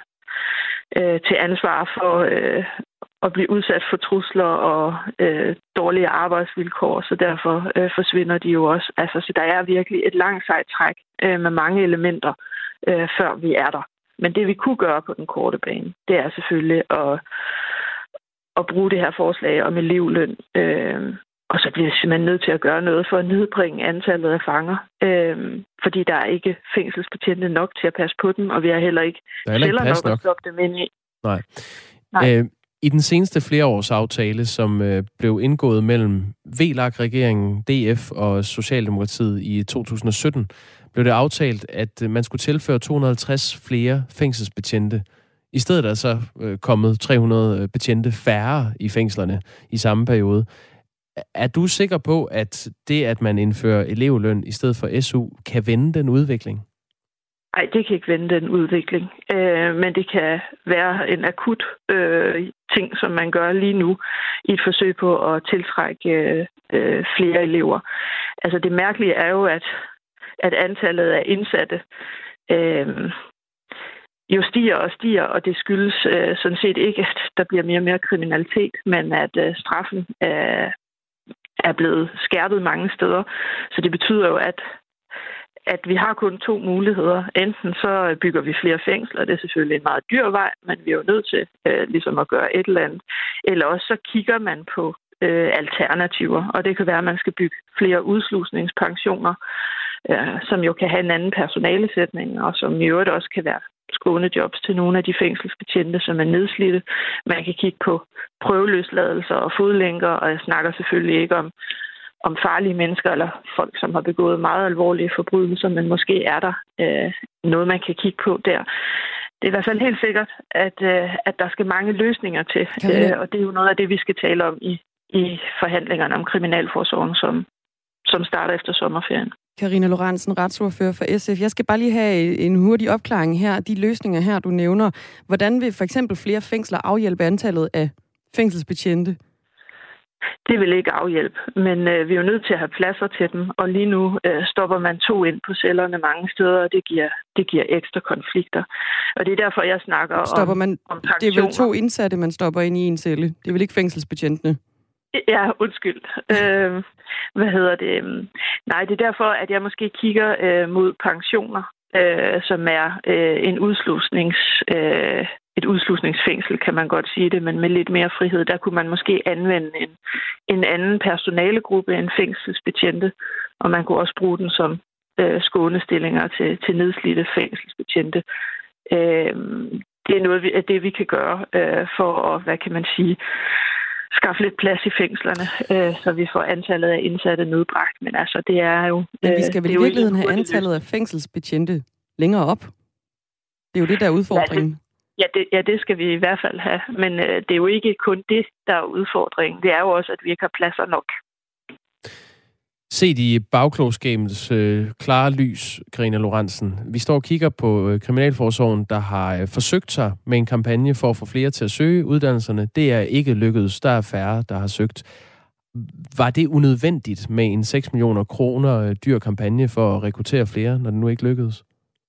øh, til ansvar for øh, at blive udsat for trusler og øh, dårlige arbejdsvilkår, så derfor øh, forsvinder de jo også. Altså, så der er virkelig et langt sejt træk øh, med mange elementer, øh, før vi er der. Men det, vi kunne gøre på den korte bane, det er selvfølgelig at, at bruge det her forslag om elevløn, øh, og så bliver vi simpelthen nødt til at gøre noget for at nedbringe antallet af fanger, øh, fordi der er ikke fængselsbetjente nok til at passe på dem, og vi har heller ikke celler nok, nok at stoppe dem ind i. Nej. Nej. Øh, I den seneste flereårsaftale, som øh, blev indgået mellem V L A K-regeringen, D F og Socialdemokratiet i to tusind og sytten, blev det aftalt, at øh, man skulle tilføre to hundrede og halvtreds flere fængselsbetjente. I stedet er der så øh, kommet tre hundrede betjente færre i fængslerne i samme periode. Er du sikker på, at det, at man indfører elevløn i stedet for S U, kan vende den udvikling? Nej, det kan ikke vende den udvikling, øh, men det kan være en akut øh, ting, som man gør lige nu i et forsøg på at tiltrække øh, flere elever. Altså det mærkelige er jo, at, at antallet af indsatte øh, jo stiger og stiger, og det skyldes øh, sådan set ikke, at der bliver mere og mere kriminalitet, men at øh, straffen er, er blevet skærpet mange steder. Så det betyder jo, at at vi har kun to muligheder. Enten så bygger vi flere fængsler, det er selvfølgelig en meget dyr vej, men vi er jo nødt til øh, ligesom at gøre et eller andet. Eller også så kigger man på øh, alternativer, og det kan være, at man skal bygge flere udslusningspensioner, øh, som jo kan have en anden personalesætning, og som i øvrigt også kan være skånejobs til nogle af de fængselsbetjente, som er nedslidte. Man kan kigge på prøveløsladelser og fodlænker, og jeg snakker selvfølgelig ikke om om farlige mennesker eller folk, som har begået meget alvorlige forbrydelser, men måske er der øh, noget, man kan kigge på der. Det er i hvert fald helt sikkert, at, øh, at der skal mange løsninger til, øh, og det er jo noget af det, vi skal tale om i, i forhandlingerne om kriminalforsorgen, som, som starter efter sommerferien. Karina Lorentzen, retsordfører for S F. Jeg skal bare lige have en hurtig opklaring her. De løsninger her, du nævner. Hvordan vil for eksempel flere fængsler afhjælpe antallet af fængselsbetjente? Det vil ikke afhjælpe, men øh, vi er jo nødt til at have pladser til dem, og lige nu øh, stopper man to ind på cellerne mange steder, og det giver, det giver ekstra konflikter. Og det er derfor, jeg snakker stopper om, man, om det er vel to indsatte, man stopper ind i en celle? Det er vel ikke fængselsbetjentene? Ja, undskyld. øh, hvad hedder det? Nej, det er derfor, at jeg måske kigger øh, mod pensioner, øh, som er øh, en udslusnings... Øh, et udslusningsfængsel, kan man godt sige det, men med lidt mere frihed. Der kunne man måske anvende en, en anden personalegruppe end fængselsbetjente, og man kunne også bruge den som øh, skånestillinger til, til nedslidte fængselsbetjente. Øh, det er noget af det, vi kan gøre øh, for at, hvad kan man sige, skaffe lidt plads i fængslerne, øh, så vi får antallet af indsatte nedbragt. Men altså, det er jo... Men vi skal vel i virkeligheden have hurtigt. antallet af fængselsbetjente længere op? Det er jo det, der er udfordringen. Ja, det, ja, det skal vi i hvert fald have. Men øh, det er jo ikke kun det, der er udfordringen. Det er jo også, at vi ikke har pladser nok. Set i bagklogskabens øh, klare lys, Karina Lorentzen. Vi står og kigger på øh, Kriminalforsorgen, der har øh, forsøgt sig med en kampagne for at få flere til at søge uddannelserne. Det er ikke lykkedes. Der er færre, der har søgt. Var det unødvendigt med en seks millioner kroner øh, dyr kampagne for at rekruttere flere, når det nu ikke lykkedes?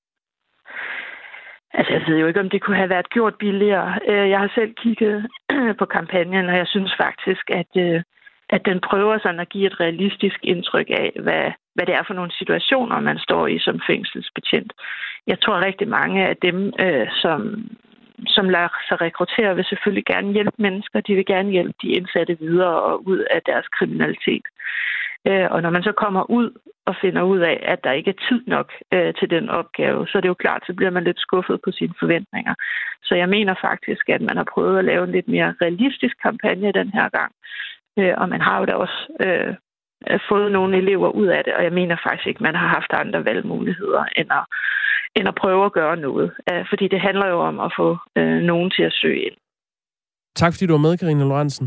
Altså, jeg ved jo ikke, om det kunne have været gjort billigere. Jeg har selv kigget på kampagnen, og jeg synes faktisk, at, at den prøver sådan at give et realistisk indtryk af, hvad, hvad det er for nogle situationer, man står i som fængselsbetjent. Jeg tror rigtig mange af dem, som, som lader sig rekruttere, vil selvfølgelig gerne hjælpe mennesker. De vil gerne hjælpe de indsatte videre og ud af deres kriminalitet. Og når man så kommer ud og finder ud af, at der ikke er tid nok øh, til den opgave, så er det jo klart, så bliver man lidt skuffet på sine forventninger. Så jeg mener faktisk, at man har prøvet at lave en lidt mere realistisk kampagne den her gang. Øh, og man har jo da også øh, fået nogle elever ud af det, og jeg mener faktisk ikke, at man har haft andre valgmuligheder end at, end at prøve at gøre noget. Øh, fordi det handler jo om at få øh, nogen til at søge ind. Tak fordi du var med, Karina Lorentzen.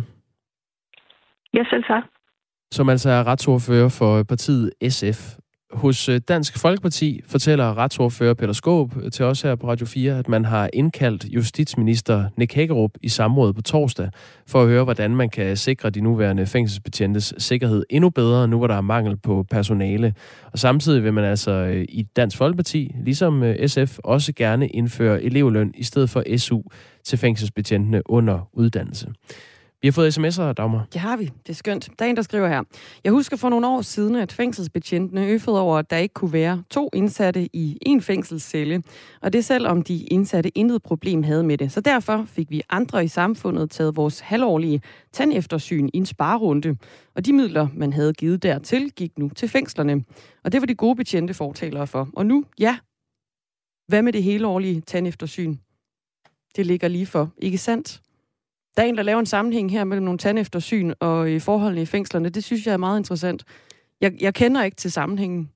Ja, selv tak. Som altså er retsordfører for partiet S F. Hos Dansk Folkeparti fortæller retsordfører Peter Skaarup til os her på Radio fire, at man har indkaldt justitsminister Nick Hækkerup i samråd på torsdag for at høre, hvordan man kan sikre de nuværende fængselsbetjentes sikkerhed endnu bedre, nu hvor der er mangel på personale. Og samtidig vil man altså i Dansk Folkeparti, ligesom S F, også gerne indføre elevløn i stedet for S U til fængselsbetjentene under uddannelse. Vi har fået sms'er, Dagmar. Det har vi. Det er skønt. Der er en, der skriver her. Jeg husker for nogle år siden, at fængselsbetjentene øffede over, at der ikke kunne være to indsatte i en fængselscelle. Og det selvom de indsatte intet problem havde med det. Så derfor fik vi andre i samfundet taget vores halvårlige tandeftersyn i en sparerunde. Og de midler, man havde givet dertil, gik nu til fængslerne. Og det var de gode betjente fortalere for. Og nu, ja, hvad med det helårlige tandeftersyn? Det ligger lige for. Ikke sandt? Der er en, der laver en sammenhæng her mellem nogle tandeftersyn og i forholdene i fængslerne. Det synes jeg er meget interessant. Jeg, jeg kender ikke til sammenhængen.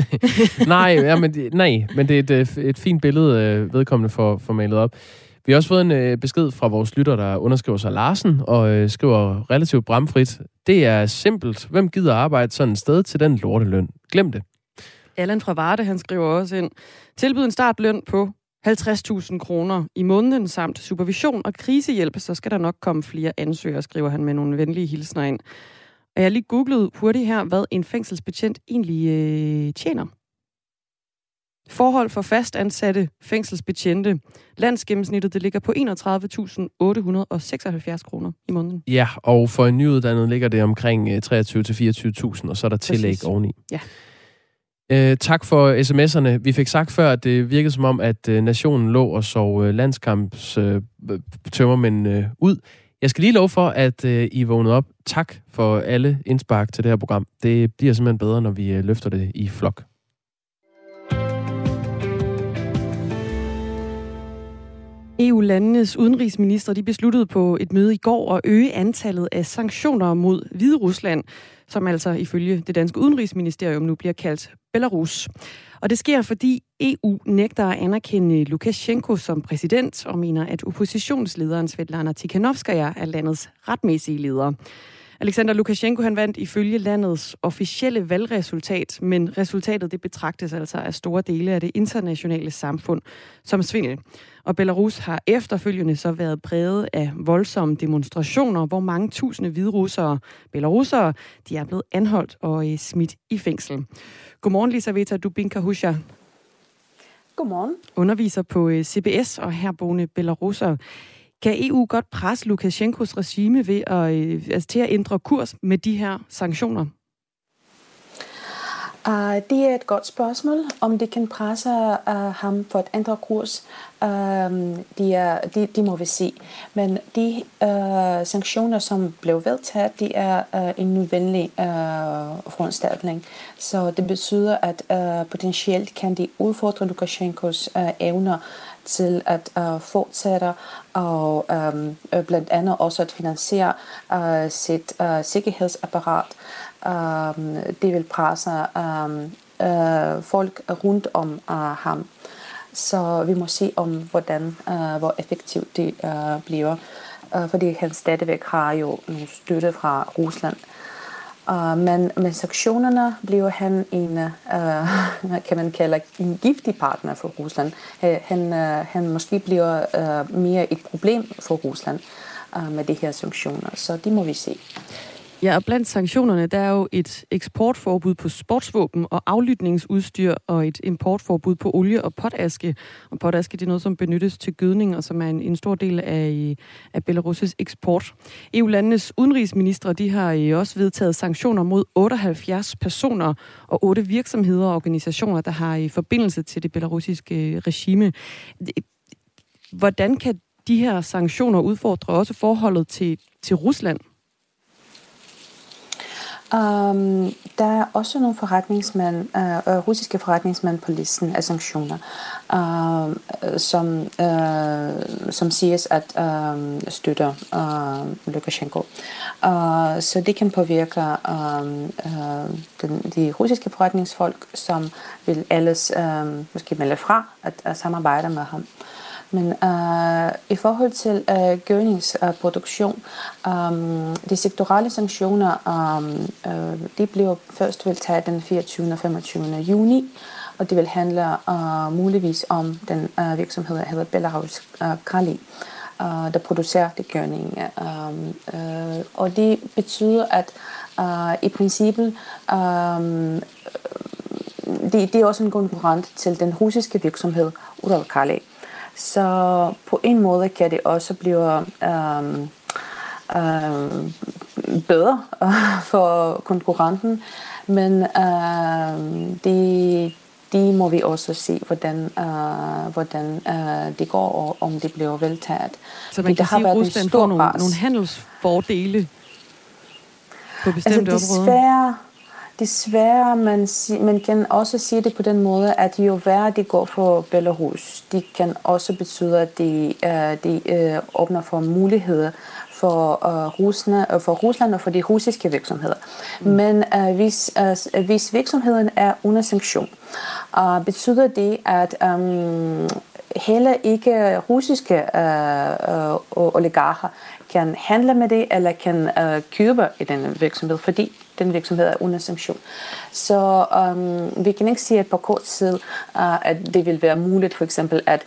nej, ja, men, nej, men det er et, et fint billede, vedkommende for, for malet op. Vi har også fået en besked fra vores lytter, der underskriver sig Larsen og skriver relativt bramfrit. Det er simpelt. Hvem gider arbejde sådan et sted til den lorteløn? Glem det. Allan fra Varde, han skriver også ind. Tilbyd en startløn på halvtreds tusind kroner i måneden samt supervision og krisehjælp, så skal der nok komme flere ansøgere, skriver han med nogle venlige hilsner ind. Og jeg har lige googlet hurtigt her, hvad en fængselsbetjent egentlig øh, tjener. Forhold for fastansatte fængselsbetjente. Landsgennemsnittet, det ligger på enogtredive tusind otte hundrede og seksoghalvfjerds kroner i måneden. Ja, og for en nyuddannet ligger det omkring treogtyve til fireogtyve tusind, og så er der tillæg Præcis. oveni. Ja. Uh, tak for sms'erne. Vi fik sagt før, at det virkede som om, at uh, nationen lå og sov uh, landskamps uh, tømmermænd uh, ud. Jeg skal lige love for, at uh, I vågnede op. Tak for alle indspark til det her program. Det bliver simpelthen bedre, når vi uh, løfter det i flok. E U-landenes udenrigsminister de besluttede på et møde i går at øge antallet af sanktioner mod Hviderusland, som altså ifølge det danske udenrigsministerium nu bliver kaldt Belarus. Og det sker, fordi E U nægter at anerkende Lukasjenko som præsident og mener, at oppositionslederen Svetlana Tikhanovskaja er landets retmæssige leder. Alexander Lukasjenko han vandt ifølge landets officielle valgresultat, men resultatet det betragtes altså af store dele af det internationale samfund som svindel. Og Belarus har efterfølgende så været præget af voldsomme demonstrationer, hvor mange tusinde hviderussere, belarusere, de er blevet anholdt og smidt i fængsel. Godmorgen, Lisaveta Dubinka-Husja. Godmorgen. Underviser på C B S og herboende belarusere. Kan E U godt presse Lukasjenkos regime ved at, øh, altså til at ændre kurs med de her sanktioner? Uh, det er et godt spørgsmål, om det kan presse uh, ham for at ændre kurs. Uh, det, er, det, det må vi se. Men de uh, sanktioner, som blev vedtaget, det er uh, en nødvendig uh, foranstaltning. Så det betyder, at uh, potentielt kan de udfordre Lukasjenkos uh, evner til at uh, fortsætte og um, blandt andet også at finansiere uh, sit uh, sikkerhedsapparat. Um, det vil presse um, uh, folk rundt om uh, ham. Så vi må se om, hvordan, uh, hvor effektivt det uh, bliver. Uh, fordi han stadigvæk har jo nogle støtte fra Rusland. Uh, men med sanktionerne bliver han en, uh, kan man kalde en giftig partner for Rusland. Uh, han, uh, han måske bliver uh, mere et problem for Rusland uh, med de her sanktioner. Så det må vi se. Ja, og blandt sanktionerne, der er jo et eksportforbud på sportsvåben og aflytningsudstyr, og et importforbud på olie og potaske. Og potaske, det er noget, som benyttes til gødning, og som er en, en stor del af, af Belarus' eksport. E U-landenes udenrigsministre, de har også vedtaget sanktioner mod otteoghalvfjerds personer og otte virksomheder og organisationer, der har i forbindelse til det belarusiske regime. Hvordan kan de her sanktioner udfordre også forholdet til, til Rusland? Um, der er også nogle forretningsmænd, uh, russiske forretningsmænd på listen af sanktioner, uh, som, uh, som siges at uh, støtter uh, Lukashenko. Uh, så det kan påvirke uh, uh, den, de russiske forretningsfolk, som vil ellers uh, måske melde fra at, at samarbejde med ham. Men uh, i forhold til uh, gødningsproduktion, uh, um, de sektorale sanktioner, um, uh, de bliver først vedtaget den fireogtyvende og femogtyvende juni, og det vil handle uh, muligvis om den uh, virksomhed, der hedder Belarus uh, Kali, uh, der producerer det gødning. Um, uh, og det betyder, at uh, i princippet um, det, det er også en konkurrent til den russiske virksomhed Uralkali. Så på en måde kan det også blive um, um, bedre uh, for konkurrenten, men uh, det, det må vi også se, hvordan, uh, hvordan uh, det går, og om det bliver veltaget. Så man kan sige, at Rusland får nogle, nogle handelsfordele på bestemte altså, områder? Desværre, desværre man, man kan også sige det på den måde, at jo værre det går for Belarus, det kan også betyde, at det uh, de, uh, åbner for muligheder for, uh, Rusland, uh, for Rusland og for de russiske virksomheder. Mm. Men uh, hvis, uh, hvis virksomheden er under sanktion, uh, betyder det, at um, heller ikke russiske uh, uh, oligarker kan handle med det, eller kan uh, købe i den virksomhed, fordi den virksomhed er under sanktion. Så um, vi kan ikke sige, at på kort tid, uh, at det vil være muligt for eksempel, at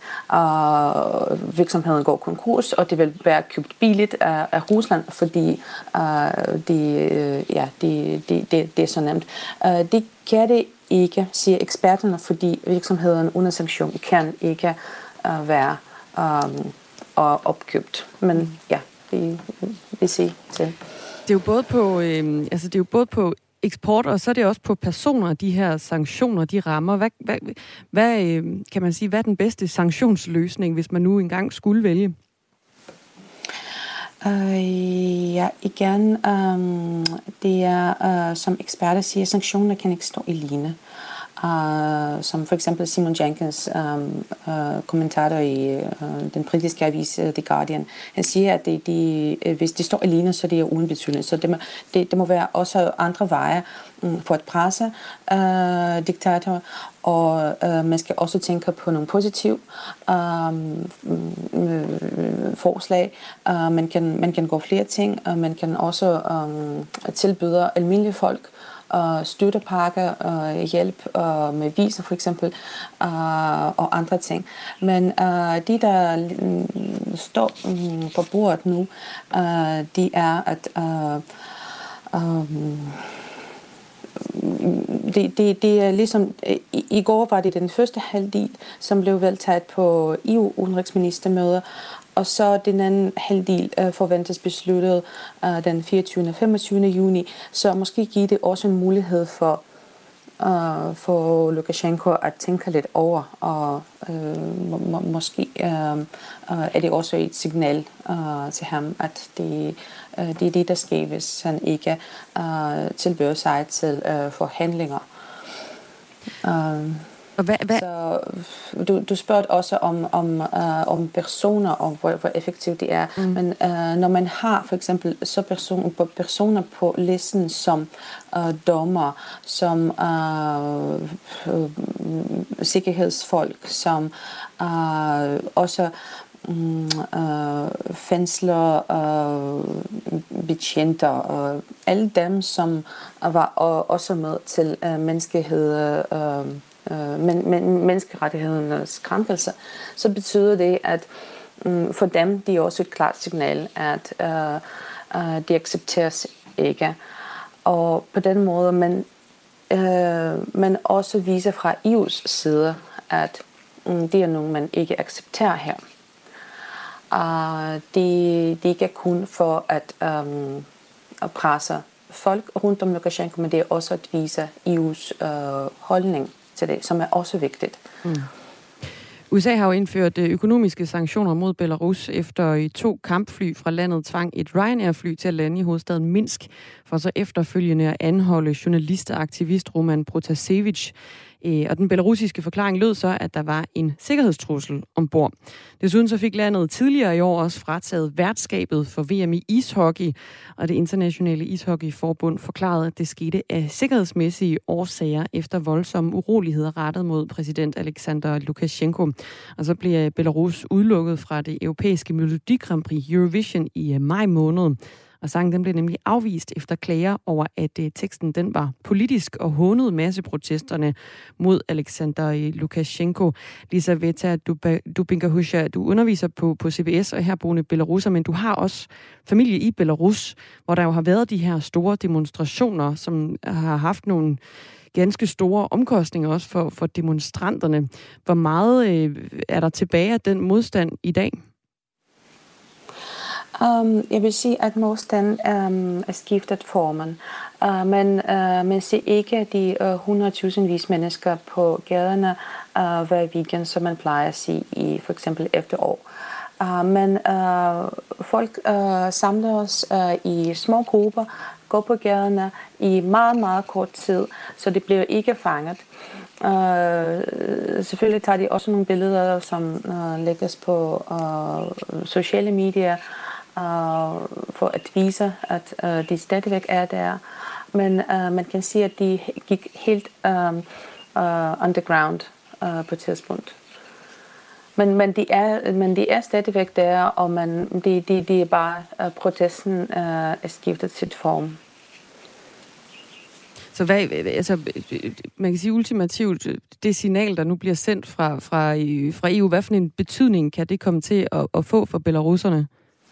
uh, virksomheden går konkurs, og det vil være købt billigt af, af Rusland, fordi uh, det, uh, ja, det, det, det, det er så nemt. Uh, det kan det ikke, siger eksperterne, fordi virksomheden under sanktion kan ikke uh, være um, opkøbt. Men ja, vi vil se til. Det er jo både på, øh, altså det er jo både på eksport, og så er det også på personer, de her sanktioner, de rammer. Hvad, hvad, hvad øh, kan man sige, hvad er den bedste sanktionsløsning, hvis man nu engang skulle vælge? Uh, ja, igen, um, det er, uh, som eksperter siger, sanktioner kan ikke stå alene. Uh, som for eksempel Simon Jenkins, um, uh, kommentator i uh, den britiske avis uh, The Guardian, han siger, at det, de, uh, hvis det står alene, så det er uden betydning. Så det må, det, det må være også andre veje um, for at presse uh, diktatorer, og uh, man skal også tænke på nogle positive um, uh, forslag. Uh, man, kan, man kan gå flere ting, og man kan også um, tilbyde almindelige folk Uh, støttepakker, uh, hjælp uh, med viser for eksempel, uh, og andre ting. Men uh, de, der mm, står mm, på bordet nu, uh, de er, at uh, um, det, det, det er ligesom, i, i går var det den første halvdel, som blev vedtaget på E U-udenrigsministermøder, og så den anden halvdel uh, forventes besluttet uh, den fireogtyvende og femogtyvende juni. Så måske giver det også en mulighed for, uh, for Lukashenko at tænke lidt over. Og uh, må, må, måske uh, uh, er det også et signal uh, til ham, at det, uh, det er det, der sker, hvis han ikke uh, tilbyder sig til uh, forhandlinger. Uh, Og hvad, hvad? Så du, du spørger også om, om, uh, om personer, og hvor, hvor effektivt de er. Mm. Men uh, når man har for eksempel så person, personer på listen som uh, dommer, som uh, uh, sikkerhedsfolk, som uh, også um, uh, fængsler, uh, betjenter, og alle dem, som var uh, også med til uh, menneskehed, uh, Men, men menneskerettighedernes krænkelse, så betyder det, at um, for dem, det er også et klart signal, at uh, uh, det accepteres ikke. Og på den måde, man, uh, man også viser fra E U's side, at um, det er noget, man ikke accepterer her. Uh, det, det ikke er kun for at, um, at presse folk rundt om Lukasjenko, men det er også at vise E U's uh, holdning til det, som er også vigtigt. Mm. U S A har jo indført økonomiske sanktioner mod Belarus efter to kampfly fra landet tvang et Ryanair-fly til at lande i hovedstaden Minsk, for så efterfølgende at anholde journalist og aktivist Roman Protasevich. Og den belarusiske forklaring lød så, at der var en sikkerhedstrussel ombord. Desuden så fik landet tidligere i år også frataget værtskabet for V M i ishockey, og det internationale ishockeyforbund forklarede, at det skete af sikkerhedsmæssige årsager efter voldsomme uroligheder rettet mod præsident Alexander Lukasjenko. Og så blev Belarus udelukket fra det europæiske Melodi Grand Prix Eurovision i maj måned. Og sangen den blev nemlig afvist efter klager over, at uh, teksten den var politisk og hånede masseprotesterne mod Alexander Lukasjenko. Lisaveta Dubinka-Husha, du underviser på, på C B S og herboende belaruser, men du har også familie i Belarus, hvor der jo har været de her store demonstrationer, som har haft nogle ganske store omkostninger også for, for demonstranterne. Hvor meget øh, er der tilbage af den modstand i dag? Um, jeg vil sige, at modstand um, er skiftet formen. Uh, men uh, man ser ikke de uh, hundredtusindvis mennesker på gaderne uh, hver weekend, som man plejer at sige i for eksempel efterår. Uh, men uh, folk uh, samler os uh, i små grupper, går på gaderne i meget, meget kort tid, så det bliver ikke fanget. Uh, selvfølgelig tager de også nogle billeder, som uh, lægges på uh, sociale medier, Uh, for at vise, at uh, de stadigvæk er der. Men uh, man kan sige, at de gik helt um, uh, underground uh, på et tidspunkt. Men, men, de er, men de er stadigvæk der, og man, de, de, de er bare, uh, protesten uh, er skiftet sit form. Så hvad, altså, man kan sige ultimativt, det signal, der nu bliver sendt fra, fra, fra E U, hvad for en betydning kan det komme til at, at få for belarusserne?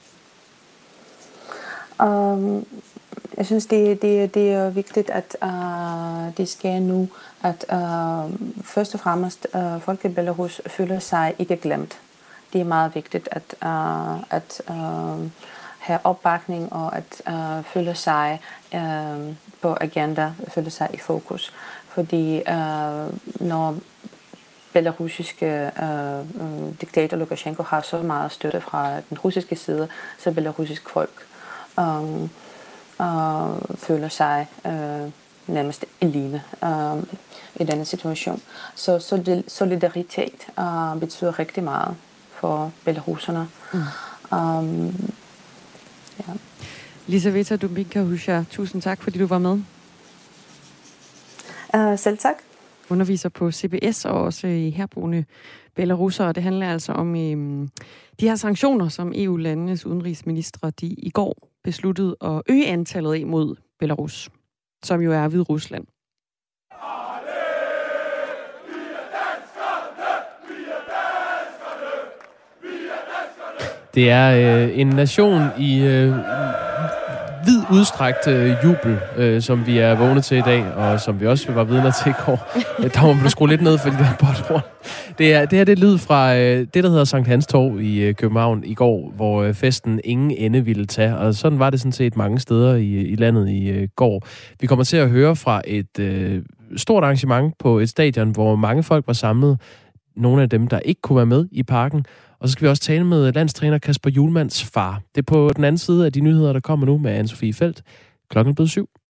Um, jeg synes, det, det, det er vigtigt, at uh, det sker nu, at uh, først og fremmest uh, folk i Belarus føler sig ikke glemt. Det er meget vigtigt at, uh, at uh, have opbakning og at uh, føle sig uh, på agenda, føle sig i fokus. Fordi uh, når belarusiske uh, diktator Lukasjenko har så meget støtte fra den russiske side, så belarusisk folk Um, uh, føler sig uh, nærmest alene uh, i denne situation. Så, så solidaritet uh, betyder rigtig meget for belaruserne. Mm. Um, ja. Lisaveta Dubinka-Husha, tusind tak, fordi du var med. Uh, selv tak. Underviser på C B S og også i herboende belarusere. Det handler altså om um, de her sanktioner, som E U-landenes udenrigsministre de i går besluttede at øge antallet af mod Belarus, som jo er Hvide Rusland. Det er øh, en nation i øh, vid udstrækt øh, jubel, øh, som vi er vågnet til i dag, og som vi også var vidner til i går. Der må man skrue lidt ned for de der botthorn. Det, er, det her det er lyd fra øh, det, der hedder Sankt Hans Torv i øh, København i går, hvor øh, festen ingen ende ville tage. Og sådan var det sådan set mange steder i, i landet i øh, går. Vi kommer til at høre fra et øh, stort arrangement på et stadion, hvor mange folk var samlet. Nogle af dem, der ikke kunne være med i parken. Og så skal vi også tale med landstræner Kasper Hjulmands far. Det er på den anden side af de nyheder, der kommer nu med Anne-Sophie Feldt. Klokken er blevet syv.